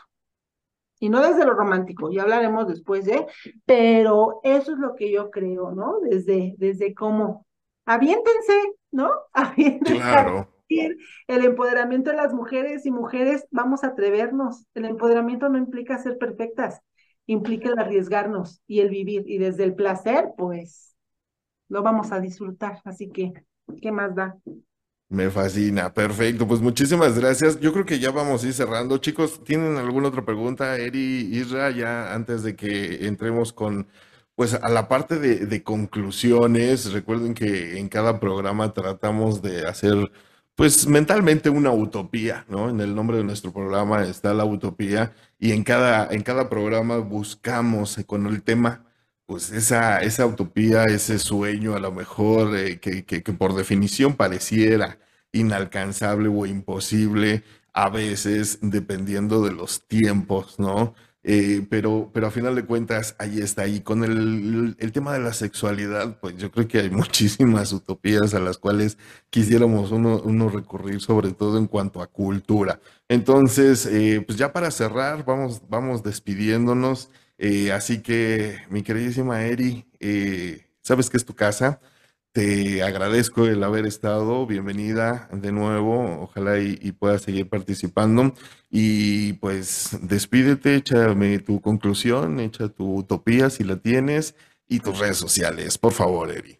Y no desde lo romántico, ya hablaremos después de, pero eso es lo que yo creo, ¿no? Desde cómo, aviéntense, ¿no? Aviéntense a claro. vivir el empoderamiento de las mujeres y mujeres, vamos a atrevernos. El empoderamiento no implica ser perfectas, implica el arriesgarnos y el vivir. Y desde el placer, pues, lo vamos a disfrutar. Así que, ¿qué más da? Me fascina, perfecto. Pues muchísimas gracias. Yo creo que ya vamos a ir cerrando. Chicos, ¿tienen alguna otra pregunta, Eri, Isra, ya antes de que entremos con, pues, a la parte de conclusiones? Recuerden que en cada programa tratamos de hacer, pues, mentalmente una utopía, ¿no? En el nombre de nuestro programa está la utopía y en cada programa buscamos con el tema pues esa utopía, ese sueño a lo mejor que por definición pareciera inalcanzable o imposible a veces dependiendo de los tiempos, ¿no? Pero a final de cuentas ahí está. Y con el tema de la sexualidad, pues yo creo que hay muchísimas utopías a las cuales quisiéramos uno recurrir, sobre todo en cuanto a cultura. Entonces, pues ya para cerrar, vamos despidiéndonos. Así que, mi queridísima Eri, sabes que es tu casa. Te agradezco el haber estado. Bienvenida de nuevo. Ojalá y puedas seguir participando. Y pues despídete, échame tu conclusión, echa tu utopía si la tienes y tus redes sociales. Por favor, Eri.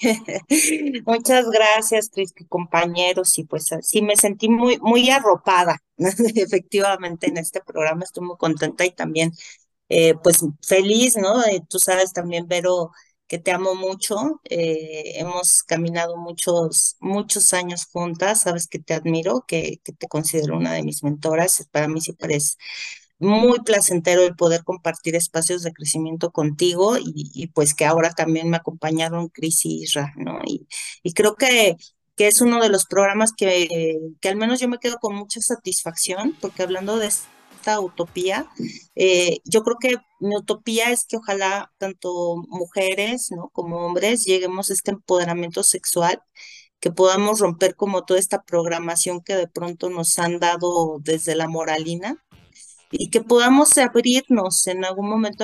Muchas gracias, Cristi, compañeros, y pues así me sentí muy, muy arropada, efectivamente, en este programa estoy muy contenta y también pues feliz, ¿no? Tú sabes también, Vero, que te amo mucho. Hemos caminado muchos, muchos años juntas. Sabes que te admiro, que te considero una de mis mentoras. Para mí siempre es muy placentero el poder compartir espacios de crecimiento contigo y pues que ahora también me acompañaron Cris y Isra, ¿no? Y creo que es uno de los programas que al menos yo me quedo con mucha satisfacción, porque hablando de esta utopía, yo creo que mi utopía es que ojalá tanto mujeres, ¿no? como hombres lleguemos a este empoderamiento sexual, que podamos romper como toda esta programación que de pronto nos han dado desde la moralina y que podamos abrirnos en algún momento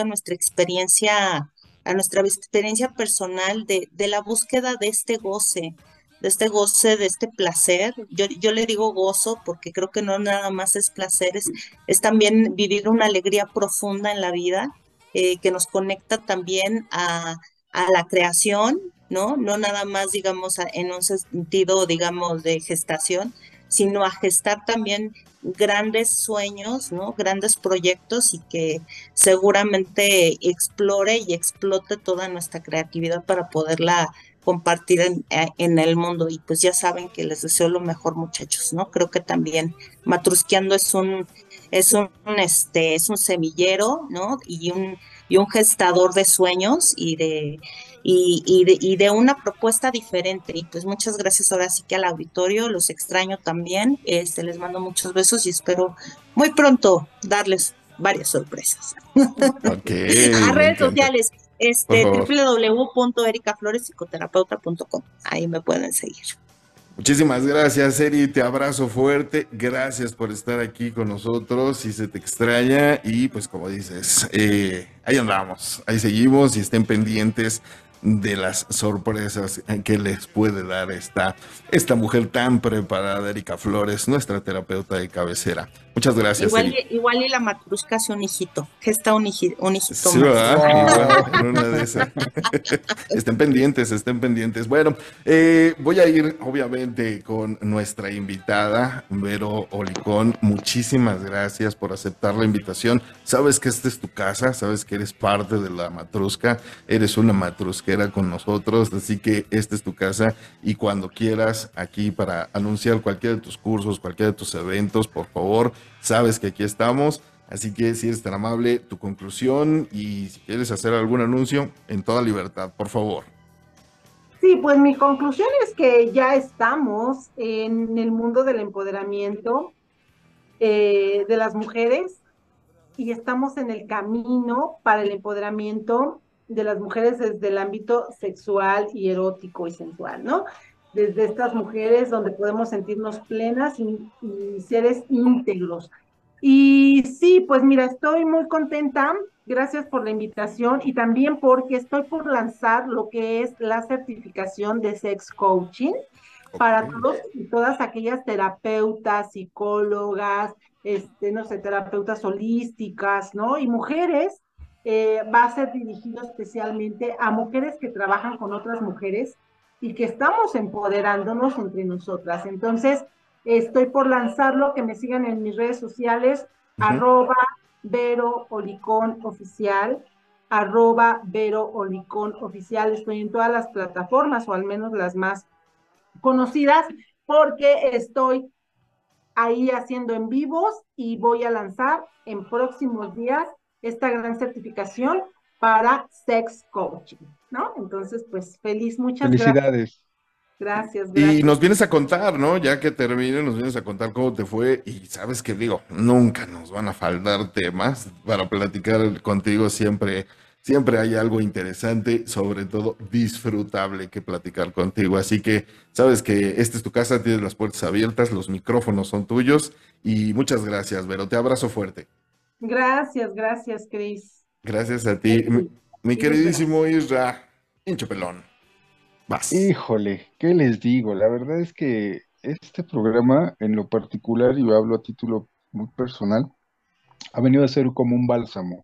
a nuestra experiencia personal de la búsqueda de este goce, de este placer. Yo le digo gozo porque creo que no nada más es placer, es también vivir una alegría profunda en la vida, que nos conecta también a la creación, ¿no? No nada más, digamos, en un sentido, digamos, de gestación, sino a gestar también grandes sueños, ¿no? Grandes proyectos y que seguramente explore y explote toda nuestra creatividad para poderla compartir en el mundo. Y pues ya saben que les deseo lo mejor, muchachos, ¿no? Creo que también Matrusqueando es un semillero, ¿no? Y un gestador de sueños y de una propuesta diferente. Y pues muchas gracias ahora sí que al auditorio, los extraño también, les mando muchos besos y espero muy pronto darles varias sorpresas. Ok, A me redes encanta. sociales, Por favor. www.ericaflorespsicoterapeuta.com. Ahí me pueden seguir. Muchísimas gracias, Eri. Te abrazo fuerte. Gracias por estar aquí con nosotros. Si se te extraña y pues como dices, ahí andamos, ahí seguimos y estén pendientes de las sorpresas que les puede dar esta mujer tan preparada, Erika Flores, nuestra terapeuta de cabecera. Muchas gracias, Eri. Igual y la matrusca hace un hijito, gesta un hijito Sí, más. ¿verdad? Igual, Wow. en una de esas. Estén pendientes, estén pendientes. Bueno, voy a ir obviamente con nuestra invitada, Vero Olicón. Muchísimas gracias por aceptar la invitación. Sabes que esta es tu casa, sabes que eres parte de la matrusca, eres una matrusquera con nosotros, así que esta es tu casa y cuando quieras aquí para anunciar cualquiera de tus cursos, cualquiera de tus eventos, por favor, sabes que aquí estamos. Así que si eres tan amable, tu conclusión y si quieres hacer algún anuncio, en toda libertad, por favor. Sí, pues mi conclusión es que ya estamos en el mundo del empoderamiento de las mujeres y estamos en el camino para el empoderamiento de las mujeres desde el ámbito sexual y erótico y sensual, ¿no? Desde estas mujeres donde podemos sentirnos plenas y seres íntegros. Y sí, pues mira, estoy muy contenta. Gracias por la invitación y también porque estoy por lanzar lo que es la certificación de sex coaching Ok. para todos y todas aquellas terapeutas, psicólogas, no sé, terapeutas holísticas, ¿no? Y mujeres, va a ser dirigido especialmente a mujeres que trabajan con otras mujeres y que estamos empoderándonos entre nosotras. Entonces, estoy por lanzarlo, que me sigan en mis redes sociales, Ujú. Vero Olicón Oficial, Vero Olicón Oficial. Estoy en todas las plataformas, o al menos las más conocidas, porque estoy ahí haciendo en vivos y voy a lanzar en próximos días esta gran certificación para sex coaching, ¿no? Entonces, pues feliz, muchas gracias, Felicidades. gracias, Y gracias. nos vienes a contar, ¿no? Ya que termine, nos vienes a contar cómo te fue. Y sabes que digo, nunca nos van a faltar temas para platicar contigo. Siempre hay algo interesante, sobre todo disfrutable que platicar contigo. Así que sabes que esta es tu casa, tienes las puertas abiertas, los micrófonos son tuyos. Y muchas gracias, Vero. Te abrazo fuerte. Gracias, gracias, Cris. Gracias a ti, mi Isra. queridísimo Isra. Hincho pelón. Vas. Híjole, ¿qué les digo? La verdad es que este programa, en lo particular, y yo hablo a título muy personal, ha venido a ser como un bálsamo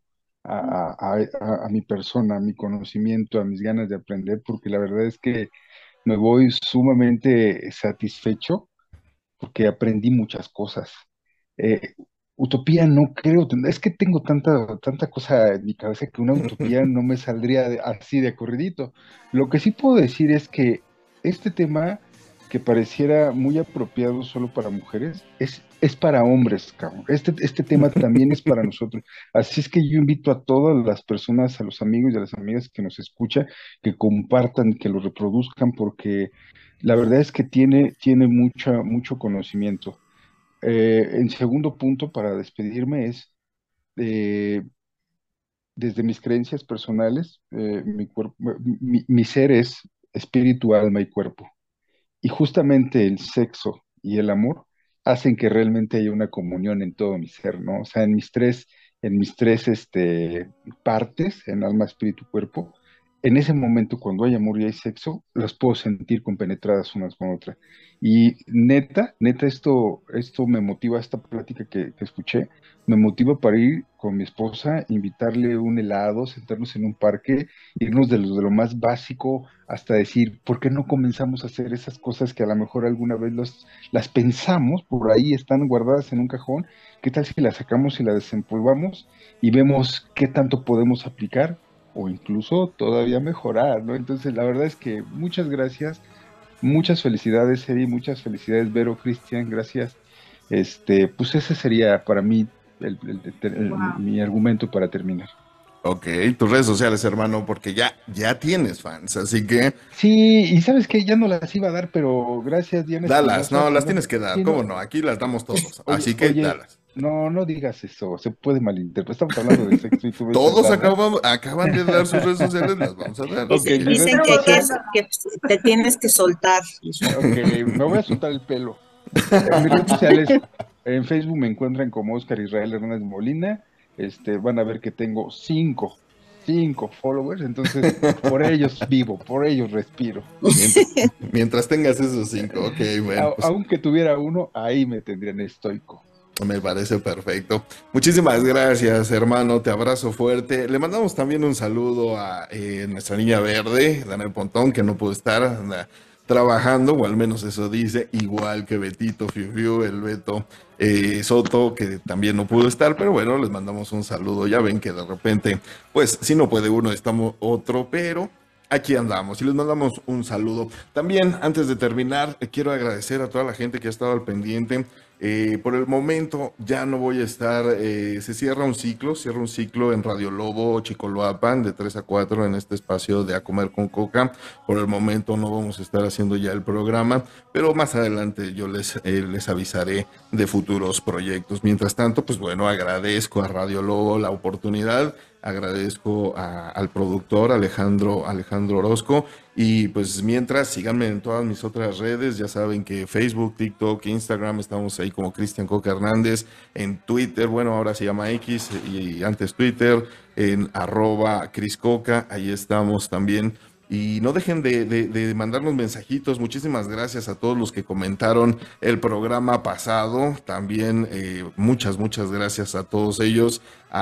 a mi persona, a mi conocimiento, a mis ganas de aprender, porque la verdad es que me voy sumamente satisfecho porque aprendí muchas cosas. Eh, Utopía no creo, es que tengo tanta cosa en mi cabeza que una utopía no me saldría así de corridito. Lo que sí puedo decir es que este tema que pareciera muy apropiado solo para mujeres, es para hombres, cabrón. Este tema también es para nosotros. Así es que yo invito a todas las personas, a los amigos y a las amigas que nos escuchan, que compartan, que lo reproduzcan, porque la verdad es que tiene mucho conocimiento. En segundo punto, para despedirme, es eh, desde mis creencias personales, mi ser es espíritu, alma y cuerpo. Y justamente el sexo y el amor hacen que realmente haya una comunión en todo mi ser, ¿no? O sea, en mis tres partes, en alma, espíritu, cuerpo, en ese momento cuando hay amor y hay sexo, las puedo sentir compenetradas unas con otras. Y neta, esto me motiva, esta plática que escuché, me motiva para ir con mi esposa, invitarle un helado, sentarnos en un parque, irnos de lo más básico hasta decir, ¿por qué no comenzamos a hacer esas cosas que a lo mejor alguna vez las pensamos, por ahí están guardadas en un cajón? ¿Qué tal si las sacamos y las desempolvamos y vemos qué tanto podemos aplicar o incluso todavía mejorar, ¿no? Entonces, la verdad es que muchas gracias, muchas felicidades, Eri, muchas felicidades, Vero, Cristian, gracias. Pues ese sería para mí Wow. mi argumento para terminar. Ok, tus redes sociales, hermano, porque ya tienes fans, así que Sí, y sabes que ya no las iba a dar, pero gracias, Diana dalas, Espinosa. no, Si las no, tienes que dar, sí, ¿cómo no, no? Aquí las damos todos, oye, así que oye, dalas. no digas eso, se puede malinterpretar. Estamos hablando de sexo y tú me dices Todos dalas. acaban de dar sus redes sociales, las vamos a dar. Ok, mis Dicen redes sociales, que te tienes que soltar. ok, me voy a soltar el pelo. Mis redes sociales, en Facebook me encuentran como Oscar Israel Hernández Molina. Van a ver que tengo cinco followers, entonces por ellos vivo, por ellos respiro. Mientras, mientras tengas esos 5, ok, bueno, pues Aunque tuviera uno, ahí me tendrían estoico. me parece perfecto. Muchísimas gracias, hermano. Te abrazo fuerte. Le mandamos también un saludo a nuestra niña verde, Daniel Pontón, que no pudo estar trabajando, o al menos eso dice, igual que Betito Fiu Fiu, el Beto Soto, que también no pudo estar, pero bueno, les mandamos un saludo. Ya ven que de repente, pues, si no puede uno, estamos otro, pero aquí andamos y les mandamos un saludo. También, antes de terminar, quiero agradecer a toda la gente que ha estado al pendiente. Por el momento ya no voy a estar, se cierra un ciclo en Radio Lobo Chicoloapan de 3 a 4 en este espacio de A Comer con Coca. Por el momento no vamos a estar haciendo ya el programa, pero más adelante yo les avisaré de futuros proyectos. Mientras tanto, pues bueno, agradezco a Radio Lobo la oportunidad. Agradezco al productor Alejandro Orozco y pues mientras síganme en todas mis otras redes, ya saben que Facebook, TikTok, Instagram, estamos ahí como Cristian Coca Hernández, en Twitter, bueno, ahora se llama X y antes Twitter, en @CrisCoca, ahí estamos también. Y no dejen de mandarnos mensajitos. Muchísimas gracias a todos los que comentaron el programa pasado. También muchas gracias a todos ellos.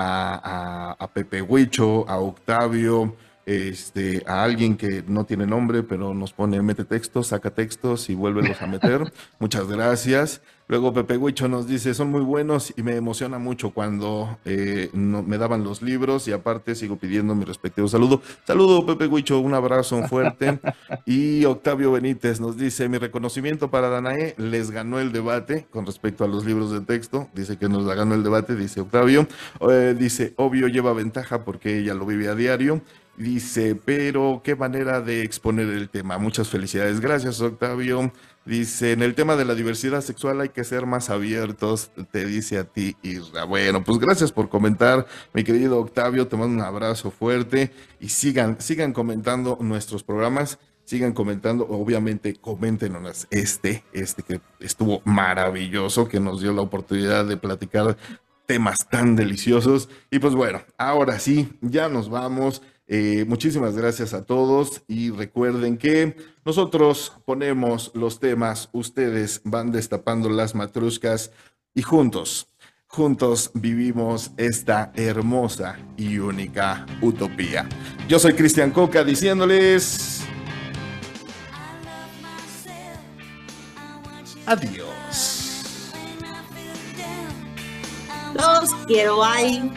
A Pepe Huicho, a Octavio, a alguien que no tiene nombre, pero nos pone mete textos, saca textos y vuélvelos a meter. Muchas gracias. Luego Pepe Huicho nos dice, son muy buenos y me emociona mucho cuando me daban los libros y aparte sigo pidiendo mi respectivo saludo. Saludo Pepe Huicho, un abrazo fuerte. Y Octavio Benítez nos dice, mi reconocimiento para Danae, les ganó el debate con respecto a los libros de texto. Dice que nos la ganó el debate, dice Octavio. Dice, obvio lleva ventaja porque ella lo vive a diario. Dice, pero qué manera de exponer el tema. Muchas felicidades. Gracias, Octavio. Dice, en el tema de la diversidad sexual hay que ser más abiertos, te dice a ti, Isra. Bueno, pues gracias por comentar, mi querido Octavio, te mando un abrazo fuerte y sigan comentando nuestros programas, sigan comentando, obviamente coméntenos este que estuvo maravilloso, que nos dio la oportunidad de platicar temas tan deliciosos. Y pues bueno, ahora sí, ya nos vamos. Muchísimas gracias a todos y recuerden que nosotros ponemos los temas, ustedes van destapando las matruscas y juntos vivimos esta hermosa y única utopía. Yo soy Cristian Coca diciéndoles adiós. Los quiero ahí.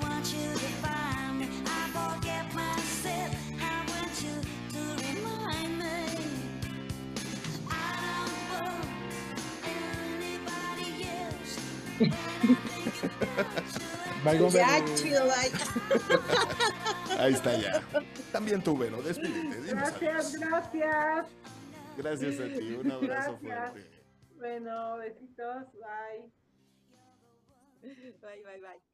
I forget myself. I want you to remind Bye, Gómez. Ya, chido, bye. Ahí está ya. También tú, Vero, despídete. Dinos Gracias, adiós. gracias. Gracias a ti, un abrazo Gracias. fuerte. Bueno, besitos, bye. Bye, bye, bye.